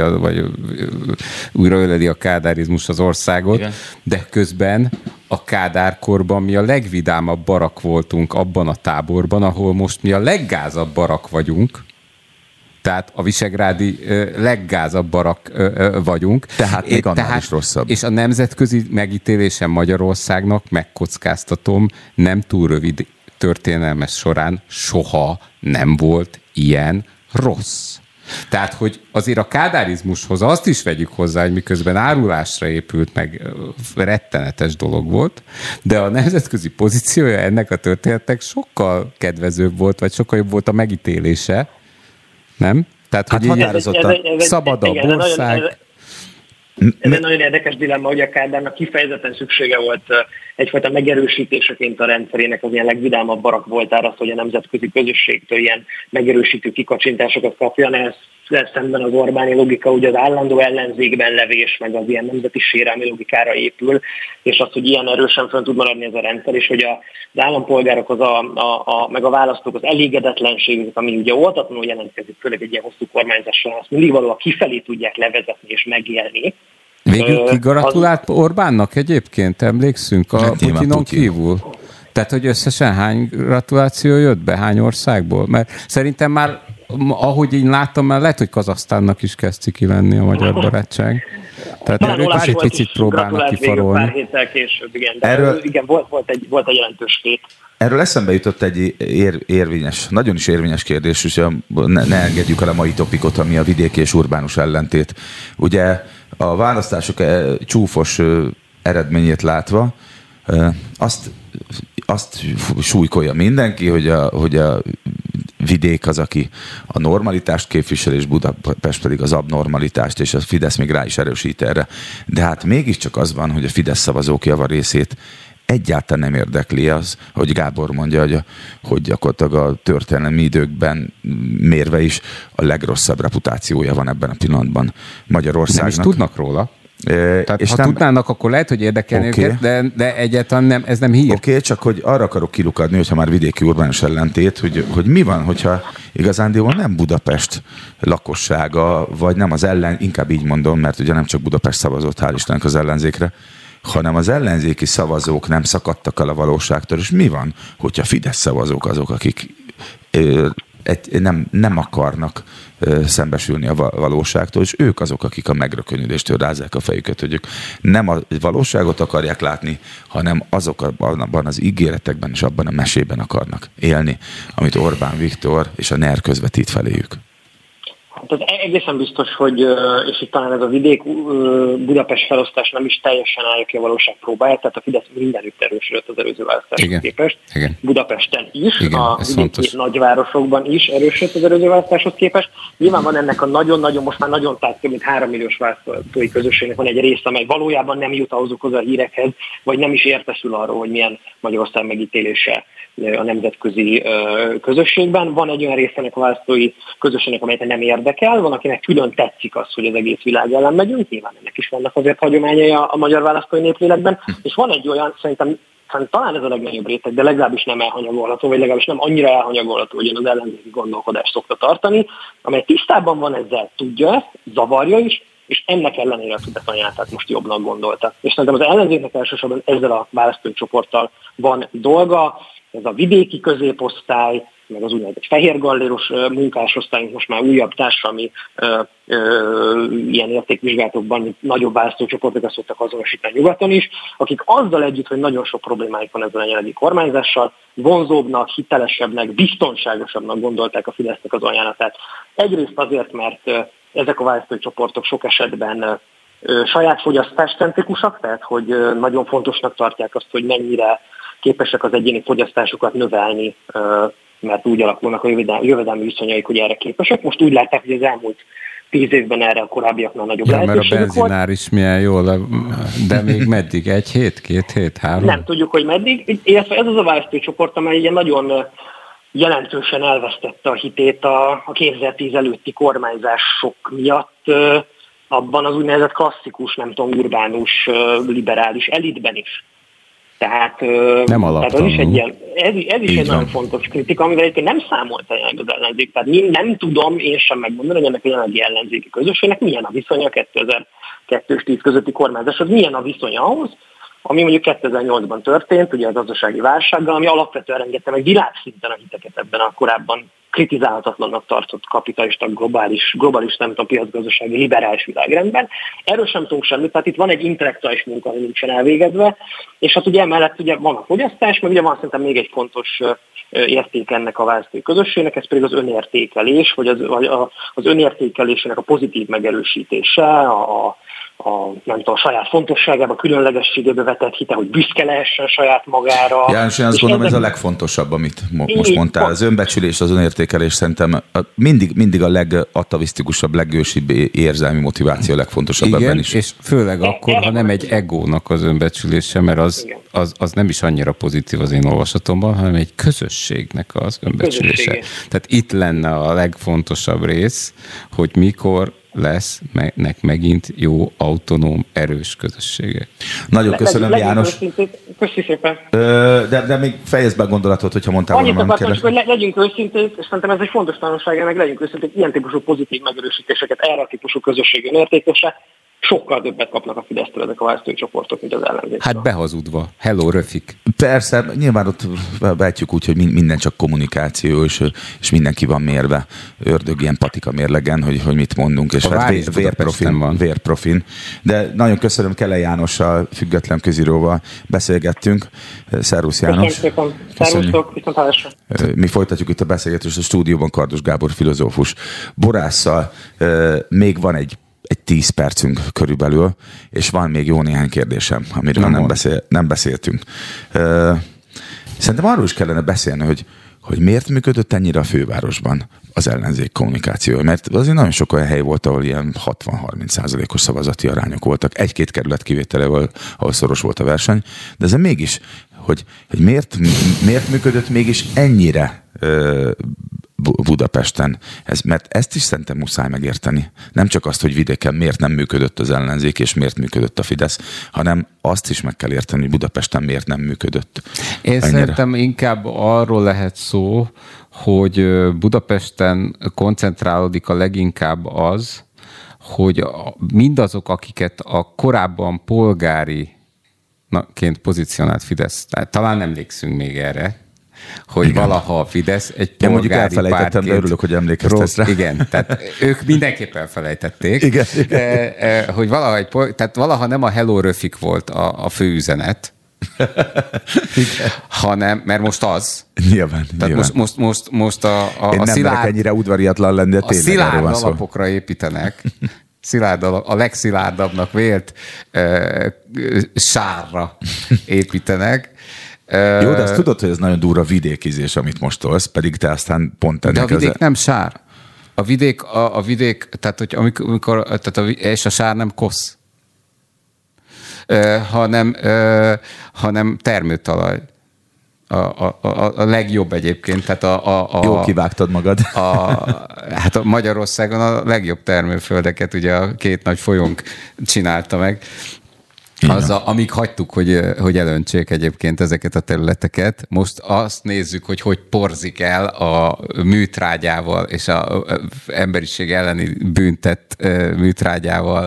S3: öleli a kádárizmus az országot, igen. De közben a Kádár-korban mi a legvidámabb barak voltunk abban a táborban, ahol most mi a leggázabb barak vagyunk. Tehát a visegrádi leggázabb barak vagyunk.
S2: Tehát még annál is rosszabb.
S3: És a nemzetközi megítélésen Magyarországnak, megkockáztatom, nem túl rövid történelmes során soha nem volt ilyen rossz. Tehát, hogy azért a kádárizmushoz azt is vegyük hozzá, hogy miközben árulásra épült, meg rettenetes dolog volt, de a nemzetközi pozíciója ennek a történetnek sokkal kedvezőbb volt, vagy sokkal jobb volt a megítélése, nem? Tehát,
S2: hát hogy határozottan
S3: szabadabb ország.
S5: Ez egy nagyon érdekes dilemma, hogy a Kádárnak kifejezetten szüksége volt egyfajta megerősítéseként a rendszerének az ilyen legvidámabb barak voltára, az, hogy a nemzetközi közösségtől ilyen megerősítő kikacsintásokat kapjan. Ez szemben az Orbáni logika, ugye az állandó ellenzékben levés, meg az ilyen nemzeti sérelmi logikára épül, és az, hogy ilyen erősen fönn tud maradni ez a rendszer, és hogy az állampolgárok, meg a választók az elégedetlenségük, ami ugye oltatlanul jelentkezik, főleg egy ilyen hosszú kormányzással, azt mindig valóban kifelé tudják levezetni és megélni.
S3: Végül ki gratulált Orbánnak egyébként, emlékszünk a Putyinon kívül? Tehát, hogy összesen hány gratuláció jött be, hány országból? Mert szerintem már, ahogy én láttam, már lehet, hogy Kazahsztánnak is kezd ciki lenni a magyar barátság. Tehát erről is egy picit próbálnak kifarolni.
S5: Pár héttel később, igen. Igen, volt egy jelentős hét.
S2: Erről eszembe jutott egy érvényes, nagyon is érvényes kérdés, és ne engedjük el a mai topikot, ami a vidéki és urbánus ellentét. Ugye a választások csúfos eredményét látva, azt súlykolja mindenki, hogy a vidék az, aki a normalitást képvisel, és Budapest pedig az abnormalitást, és a Fidesz még rá is erősít erre. De hát mégiscsak az van, hogy a Fidesz szavazók javarészét egyáltalán nem érdekli az, hogy Gábor mondja, hogy gyakorlatilag a történelmi időkben mérve is a legrosszabb reputációja van ebben a pillanatban Magyarországnak.
S3: Nem is tudnak róla. Tehát és ha tudnának, akkor lehet, hogy érdekelni őket, de egyáltalán nem, ez nem hír.
S2: Oké, csak hogy arra akarok kilukadni, hogyha már vidéki urbánus ellentét, hogy mi van, hogyha igazándiból nem Budapest lakossága, vagy nem az inkább így mondom, mert ugye nem csak Budapest szavazott, hál' Istennek az ellenzékre, hanem az ellenzéki szavazók nem szakadtak el a valóságtól, és mi van, hogyha Fidesz szavazók azok, akik nem akarnak szembesülni a valóságtól, és ők azok, akik a megrökönyödéstől rázzák a fejüket, hogy ők nem a valóságot akarják látni, hanem azok abban az ígéretekben és abban a mesében akarnak élni, amit Orbán Viktor és a NER közvetít feléjük.
S5: Tehát egészen biztos, hogy, és itt talán ez a vidék-Budapest felosztás nem is teljesen állja ki a valóság próbáját, tehát a Fidesz mindenütt erősödött az előző választáshoz képest.
S3: Igen.
S5: Budapesten is,
S3: igen,
S5: a vidéki nagyvárosokban is erősödött az előző választáshoz képest. Nyilván van ennek a nagyon-nagyon, most már nagyon több mint 3 milliós választói közösségnek van egy része, amely valójában nem jut azokhoz a hírekhez, vagy nem is értesül arról, hogy milyen Magyarország megítélése a nemzetközi közösségben. Van egy olyan része ennek a választói közösségnek, amelyet nem érdekel, van, akinek külön tetszik az, hogy az egész világ ellen megyünk, nyilván ennek is vannak azért hagyományai a magyar választói néplélekben, és van egy olyan, szerintem talán ez a legnagyobb réteg, de legalábbis nem elhanyagolható, vagy legalábbis nem annyira elhanyagolható, hogy az ellenzéki gondolkodást szokta tartani, amely tisztában van ezzel, tudja ezt, zavarja is, és ennek ellenére a Fidesz most jobbnak gondolta. És szerintem az ellenzéknek elsősorban ezzel a választói csoporttal van dolga, ez a vidéki középosztály, meg az úgynevezett fehérgalléros munkásosztályunk, most már újabb társadalmi ilyen értékvizsgálatokban nagyobb választócsoportokat szoktak azonosítani nyugaton is, akik azzal együtt, hogy nagyon sok problémáik van ezzel a jelenlegi kormányzással, vonzóbbnak, hitelesebbnek, biztonságosabbnak gondolták a Fidesznek az ajánlatát. Egyrészt azért, mert ezek a választócsoportok sok esetben saját fogyasztáscentrikusak, tehát hogy nagyon fontosnak tartják azt, hogy mennyire képesek az egyéni fogyasztásukat növelni, mert úgy alakulnak a jövedelmi viszonyaik, hogy erre képesek. Most úgy látták, hogy az elmúlt 10 évben erre a korábbiaknál nagyobb lehetőségük volt.
S3: Mert a benzinár is milyen jól, de még meddig? 1 hét, 2 hét, 3?
S5: Nem tudjuk, hogy meddig. Illetve ez az a választócsoport, amely ilyen nagyon jelentősen elvesztette a hitét a 2010 előtti kormányzások miatt, abban az úgynevezett klasszikus, nem tudom, urbánus, liberális elitben is. Tehát, tehát az is egy ilyen, ez is egy nagyon fontos kritika, amivel egyébként nem számolt jelenleg az ellenzék. Tehát nem tudom én sem megmondani, hogy ennek a jelenlegi ellenzéki közösségnek milyen a viszonya a 2002 10 közötti kormányzáshoz, milyen a viszonya ahhoz, ami mondjuk 2008-ban történt, ugye a gazdasági válsággal, ami alapvetően engedte meg világszinten a hiteket ebben a korábban kritizálhatatlannak tartott kapitalista, globális nem tudom, piacgazdasági, liberális világrendben. Erről sem tudunk semmit, tehát itt van egy intellektuális munka, ami nincsen elvégezve, és hát ugye emellett ugye van a fogyasztás, meg ugye van szerintem még egy fontos érték ennek a választói közösségnek, ez pedig az önértékelés, vagy az önértékelésének a pozitív megerősítése, nem tudom, a saját fontosságába, különlegességébe vetett hite, hogy büszke lehessen saját magára.
S2: János, én azt gondolom, ez a legfontosabb, amit most mondtál. Az önbecsülés, az önértékelés szerintem mindig a legatavisztikusabb, legősibb érzelmi motiváció a legfontosabb.
S3: Igen,
S2: ebben is.
S3: És főleg akkor, ha nem egy egónak az önbecsülése, mert az nem is annyira pozitív az én olvasatomban, hanem egy közösségnek az önbecsülése. Tehát itt lenne a legfontosabb rész, hogy mikor lesznek megint jó, autonóm, erős közösségek.
S2: Nagyon köszönöm, János.
S5: Köszi szépen.
S2: De még fejezd be a gondolatot, hogyha mondtál
S5: valamit. Annyit
S2: kérdést.
S5: hogy legyünk őszinték, és szerintem ez egy fontos tanulság, meg legyünk őszinték, ilyen típusú pozitív megerősítéseket erre a típusú közösségi értékesre sokkal többet kapnak a Fidesztől ezek a választói csoportok, mint az ellenzék.
S3: Hát behazudva. Hello, Röfik.
S2: Persze, nyilván ott vetjük úgy, hogy minden csak kommunikáció, és mindenki van mérve. Ördög ilyen patika mérlegen, hogy mit mondunk, és hát vérprofin. De nagyon köszönöm, Kele Jánossal, független közíróval beszélgettünk. Szervusz, János.
S5: Szervusztok, viszontlátásra.
S2: Mi folytatjuk itt a beszélgetést a stúdióban Kardos Gábor filozófus borásszal. Még van egy 10 percünk körülbelül, és van még jó néhány kérdésem, amiről nem beszéltünk. Szerintem arról is kellene beszélni, hogy miért működött ennyire a fővárosban az ellenzék kommunikációja, mert azért nagyon sok olyan hely volt, ahol ilyen 60-30%-os szavazati arányok voltak, 1-2 kerület kivételével, ahol szoros volt a verseny, de ez mégis, hogy miért működött mégis ennyire Budapesten. Mert ezt is szerintem muszáj megérteni. Nem csak azt, hogy vidéken miért nem működött az ellenzék, és miért működött a Fidesz, hanem azt is meg kell érteni, hogy Budapesten miért nem működött.
S3: Én szerintem inkább arról lehet szó, hogy Budapesten koncentrálódik a leginkább az, hogy mindazok, akiket a korábban polgáriként pozícionált Fidesz, talán emlékszünk még erre, hogy igen, valaha a Fidesz egy polgári
S2: mondjuk elfelejtettem, de örülök, hogy emlékeztesz rá.
S3: Igen, tehát ők mindenképp elfelejtették.
S2: Igen.
S3: Hogy tehát valaha nem a Hello Röfik volt a fő üzenet, hanem, mert most az.
S2: Nyilván.
S3: Most a
S2: én nem merek ennyire udvariatlan lenni, de
S3: a szilárd alapokra építenek. A legszilárdabbnak vélt sárra építenek.
S2: Jó, de azt tudod, hogy ez nagyon durva vidékizés, amit most tolsz, pedig te aztán pont ennek...
S3: De a vidék nem sár. A vidék, tehát hogy amikor és a sár nem kosz, hanem termőtalaj. A legjobb egyébként. Tehát
S2: jól kivágtad magad.
S3: Hát a Magyarországon a legjobb termőföldeket ugye a 2 nagy folyónk csinálta meg. Amíg hagytuk, hogy elöntsék egyébként ezeket a területeket. Most azt nézzük, hogy porzik el a műtrágyával és az emberiség elleni bűntett műtrágyával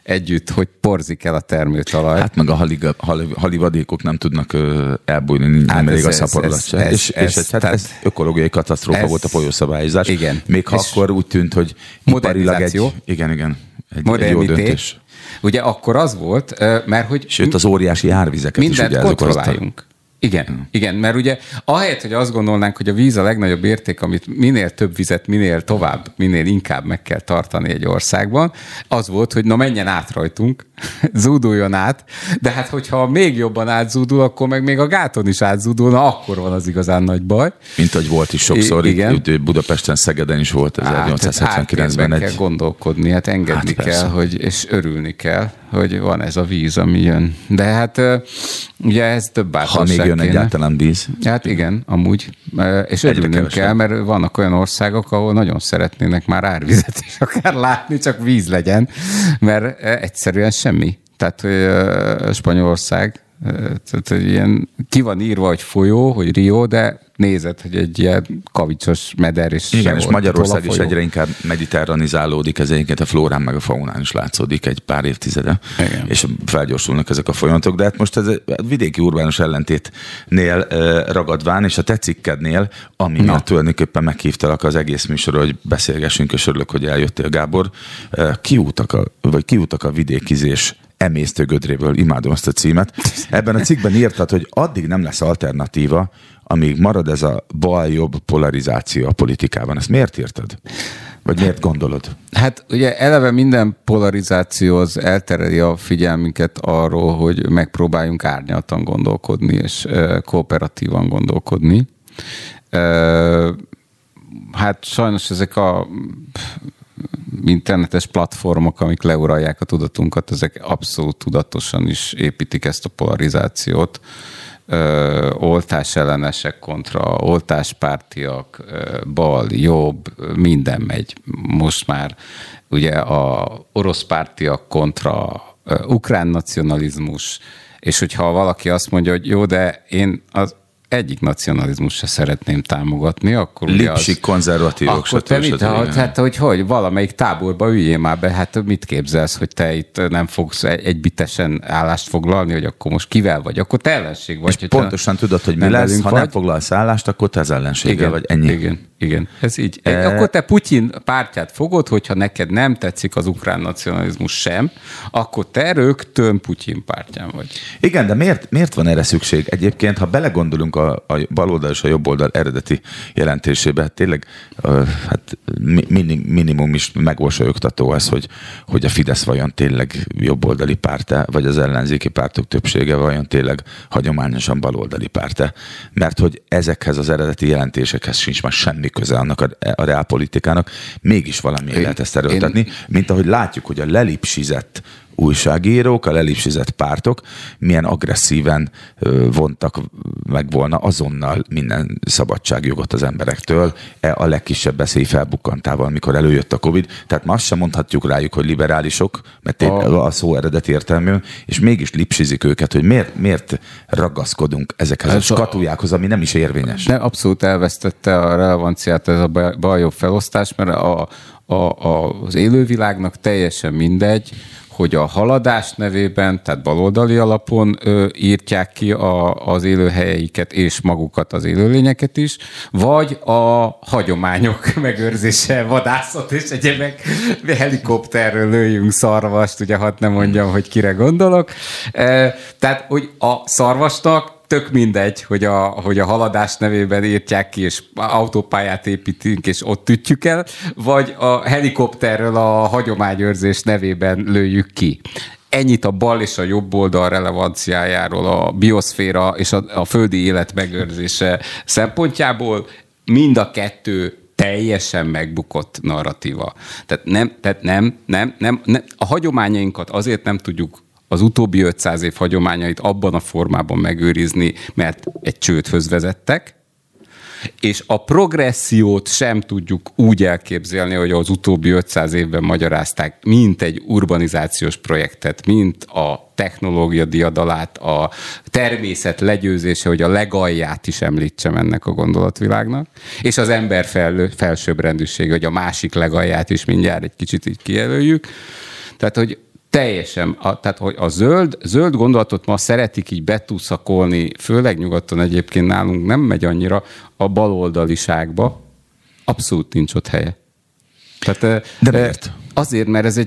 S3: együtt, hogy porzik el a termőtalaj.
S2: Hát meg a halivadékok nem tudnak elbújni, nem elég a szaporulat sem. Ez ökológiai katasztrófa volt a folyószabályozás.
S3: Igen.
S2: Még ha akkor úgy tűnt, hogy iparilag egy jó döntés.
S3: Ugye akkor az volt, mert hogy...
S2: Sőt, az óriási árvizeket is ugye
S3: kontrolláljunk. Igen, mert ugye ahelyett, hogy azt gondolnánk, hogy a víz a legnagyobb érték, amit minél több vizet, minél tovább, minél inkább meg kell tartani egy országban, az volt, hogy na menjen át rajtunk, zúduljon át, de hát hogyha még jobban átzúdul, akkor meg még a gáton is átzúdul, na akkor van az igazán nagy baj.
S2: Mint ahogy volt is sokszor, itt Budapesten, Szegeden is volt 1879-ben.
S3: Meg kell gondolkodni, hát engedni kell, és örülni kell, hogy van ez a víz, ami jön. De hát ugye ez több bátorság.
S2: Ha még jön egyáltalán víz.
S3: Hát igen, amúgy. És örülnünk kell, mert vannak olyan országok, ahol nagyon szeretnének már árvizet is akár látni, csak víz legyen, mert egyszerűen semmi. Tehát, hogy Spanyolország, tehát, hogy ilyen ki van írva, hogy folyó, hogy Rio, de nézed, hogy egy ilyen kavicsos meder, és
S2: igen, és Magyarország is egyre inkább mediterranizálódik, ez egyébként a flórán meg a faunán is látszódik egy pár évtizede, igen. És felgyorsulnak ezek a folyamatok, de hát most ez a vidéki urbánus ellentétnél ragadván, és a te cikkednél, ami miatt tulajdonképpen meghívtalak az egész műsorra, hogy beszélgessünk, és örülök, hogy eljöttél, Gábor. Kiútak a vidékizés emésztőgödréből, imádom azt a címet. Ebben a cikkben írtad, hogy addig nem lesz alternatíva, amíg marad ez a bal-jobb polarizáció a politikában. Ezt miért írtad? Vagy miért gondolod?
S3: Hát ugye eleve minden polarizáció az eltereli a figyelmünket arról, hogy megpróbáljunk árnyaltan gondolkodni, és kooperatívan gondolkodni. Hát sajnos ezek a internetes platformok, amik leuralják a tudatunkat, ezek abszolút tudatosan is építik ezt a polarizációt. Oltás ellenesek kontra oltáspártiak, bal, jobb, minden megy. Most már ugye a orosz pártiak kontra ukrán nacionalizmus, és hogyha valaki azt mondja, hogy jó, de én az egyik nacionalizmus se szeretném támogatni, akkor ugye
S2: Lipsik konzervatívok,
S3: stb. Hát, hogy valamelyik táborba üljél már be, hát mit képzelsz, hogy te itt nem fogsz egybitesen állást foglalni, hogy akkor most kivel vagy, akkor te ellenség vagy.
S2: És pontosan tudod, hogy mi lesz, ha nem foglalsz állást, akkor te az ellenséggel vagy, ennyi.
S3: Igen, ez így. Akkor te Putyin pártját fogod, hogyha neked nem tetszik az ukrán nacionalizmus sem, akkor te rögtön Putyin pártján vagy.
S2: Igen, de miért van erre szükség? Egyébként, ha belegondolunk a baloldal és a jobboldal eredeti jelentésébe, tényleg hát minimum is megorsolyogtató ez, hogy a Fidesz vajon tényleg jobboldali párta, vagy az ellenzéki pártok többsége vajon tényleg hagyományosan baloldali párta. Mert hogy ezekhez az eredeti jelentésekhez sincs már semmi köze annak a reálpolitikának, mégis valami lehet ezt erőltetni, mint ahogy látjuk, hogy a lelipsizett újságírók, a lelipsizett pártok milyen agresszíven vontak meg volna azonnal minden szabadságjogot az emberektől a legkisebb veszély felbukkantával, mikor előjött a Covid. Tehát ma azt sem mondhatjuk rájuk, hogy liberálisok, mert a szó eredeti értelmű, és mégis lipsizik őket, hogy miért ragaszkodunk ezekhez a skatujákhoz, ami nem is érvényes.
S3: De abszolút elvesztette a relevanciát ez a bal-jobb felosztás, mert az élővilágnak teljesen mindegy, hogy a haladás nevében, tehát baloldali alapon írtják ki az élőhelyeiket és magukat az élőlényeket is, vagy a hagyományok megőrzése, vadászat és egyébek helikopterről lőjünk szarvast, ugye hadd nem mondjam, hogy kire gondolok. Tehát, hogy a szarvasnak tök mindegy, hogy a haladás nevében írtják ki, és autópályát építünk, és ott ütjük el, vagy a helikopterről a hagyományőrzés nevében lőjük ki. Ennyit a bal és a jobb oldal relevanciájáról, a bioszféra és a földi élet megőrzése szempontjából. Mind a kettő teljesen megbukott narratíva. Tehát nem. A hagyományainkat azért nem tudjuk az utóbbi 500 év hagyományait abban a formában megőrizni, mert egy csődhöz vezettek, és a progressziót sem tudjuk úgy elképzelni, hogy az utóbbi 500 évben magyarázták, mint egy urbanizációs projektet, mint a technológia diadalát, a természet legyőzése, hogy a legalját is említsem ennek a gondolatvilágnak, és az ember felsőbbrendűsége, hogy a másik legalját is mindjárt egy kicsit így kijelöljük. Tehát, hogy Teljesen. Tehát, hogy a zöld gondolatot ma szeretik így betúszakolni, főleg nyugaton egyébként nálunk nem megy annyira a baloldaliságba. Abszolút nincs ott helye. Tehát,
S2: de miért?
S3: Azért, mert ez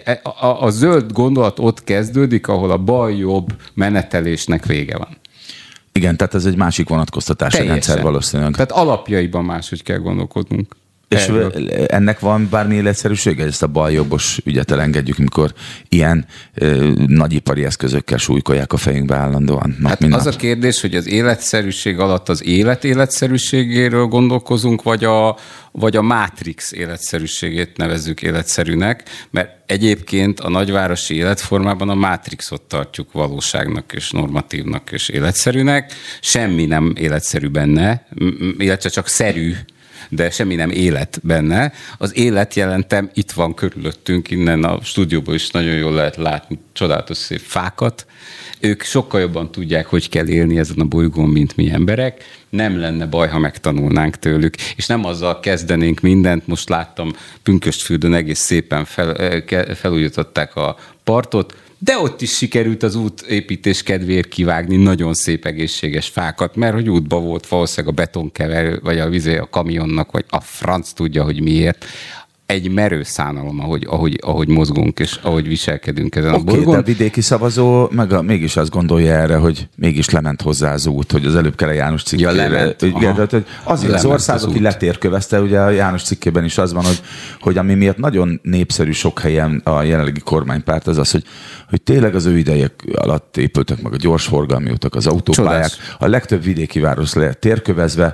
S3: a zöld gondolat ott kezdődik, ahol a bal-jobb menetelésnek vége van.
S2: Igen, tehát ez egy másik vonatkoztatási rendszer valószínűleg.
S3: Tehát alapjaiban máshogy kell gondolkodnunk.
S2: És ennek van bármi életszerűsége? Ezt a bal-jobbos ügyet elengedjük, mikor ilyen nagyipari eszközökkel súlykolják a fejünkbe állandóan.
S3: Hát az a kérdés, hogy az életszerűség alatt az életszerűségéről gondolkozunk, vagy a Matrix életszerűségét nevezzük életszerűnek, mert egyébként a nagyvárosi életformában a Matrixot tartjuk valóságnak és normatívnak és életszerűnek. Semmi nem életszerű benne, illetve csak szerű, de semmi nem élet benne. Az élet jelentem itt van körülöttünk, innen a stúdióban is nagyon jól lehet látni csodálatos szép fákat. Ők sokkal jobban tudják, hogy kell élni ezen a bolygón, mint mi emberek. Nem lenne baj, ha megtanulnánk tőlük, és nem azzal kezdenénk mindent. Most láttam Pünkösdfürdőn egész szépen felújították a partot, de ott is sikerült az útépítés kedvéért kivágni nagyon szép egészséges fákat, mert hogy útba volt valószínűleg a betonkeverő, vagy a kamionnak, vagy a franc tudja, hogy miért. Egy merő szánalom, ahogy mozgunk, és ahogy viselkedünk ezen a bolygón.
S2: De a vidéki szavazó mégis azt gondolja erre, hogy mégis lement hozzá az út, hogy az előbb kell a János cikkére. Azért az ország, aki letérkövezte, ugye a János cikkében is az van, hogy ami miatt nagyon népszerű sok helyen a jelenlegi kormánypárt, az, hogy tényleg az ő idejek alatt épültek meg a gyorsforgalmi utak, az autópályák. A legtöbb vidéki város lehet térkövezve,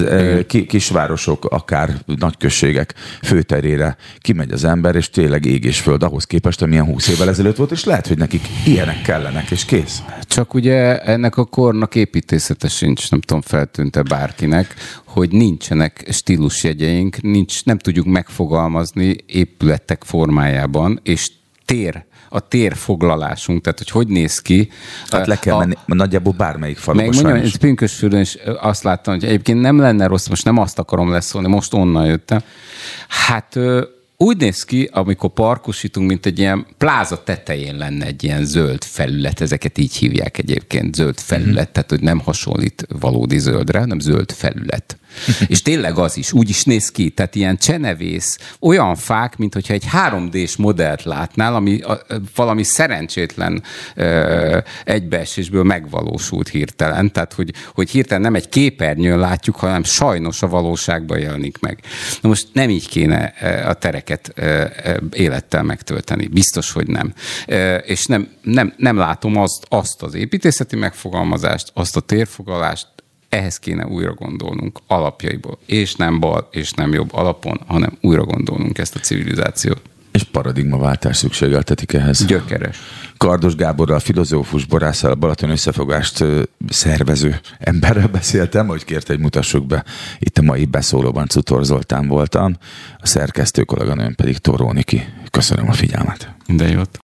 S2: kisvárosok, akár nagyközségek főterére kimegy az ember, és tényleg ég és föld ahhoz képest, amilyen 20 évvel ezelőtt volt, és lehet, hogy nekik ilyenek kellenek, és kész.
S3: Csak ugye ennek a kornak építészete sincs, nem tudom, feltűnt-e bárkinek, hogy nincsenek stílusjegyeink, nem tudjuk megfogalmazni épületek formájában, és a térfoglalásunk, tehát hogy néz ki.
S2: Hát le kell menni, nagyjából bármelyik faluba.
S3: Meg mondjam, hogy Pünkösdfürdőn is azt láttam, hogy egyébként nem lenne rossz, most nem azt akarom leszólni, most onnan jöttem. Hát úgy néz ki, amikor parkosítunk, mint egy ilyen pláza tetején lenne egy ilyen zöld felület, ezeket így hívják egyébként, zöld felület, tehát hogy nem hasonlít valódi zöldre, hanem zöld felület. És tényleg az is, úgy is néz ki, tehát ilyen csenevész, olyan fák, mint hogyha egy 3D-s modellt látnál, ami valami szerencsétlen egybeesésből megvalósult hirtelen, tehát hogy hirtelen nem egy képernyőn látjuk, hanem sajnos a valóságban jelenik meg. Na most nem így kéne a tereket élettel megtölteni, biztos, hogy nem. És nem látom azt az építészeti megfogalmazást, azt a térfogalást, ehhez kéne újra gondolnunk alapjaiból, és nem bal, és nem jobb alapon, hanem újra gondolnunk ezt a civilizációt.
S2: És paradigmaváltás szükségeltetik ehhez.
S3: Gyökeres.
S2: Kardos Gáborral, filozófus, borásszal, a Balaton összefogást szervező emberrel beszéltem, hogy kérte, hogy mutassuk be. Itt a mai beszólóban Cutor Zoltán voltam, a szerkesztő kolléganőm pedig Toró Niki. Köszönöm a figyelmet.
S3: Minden jót.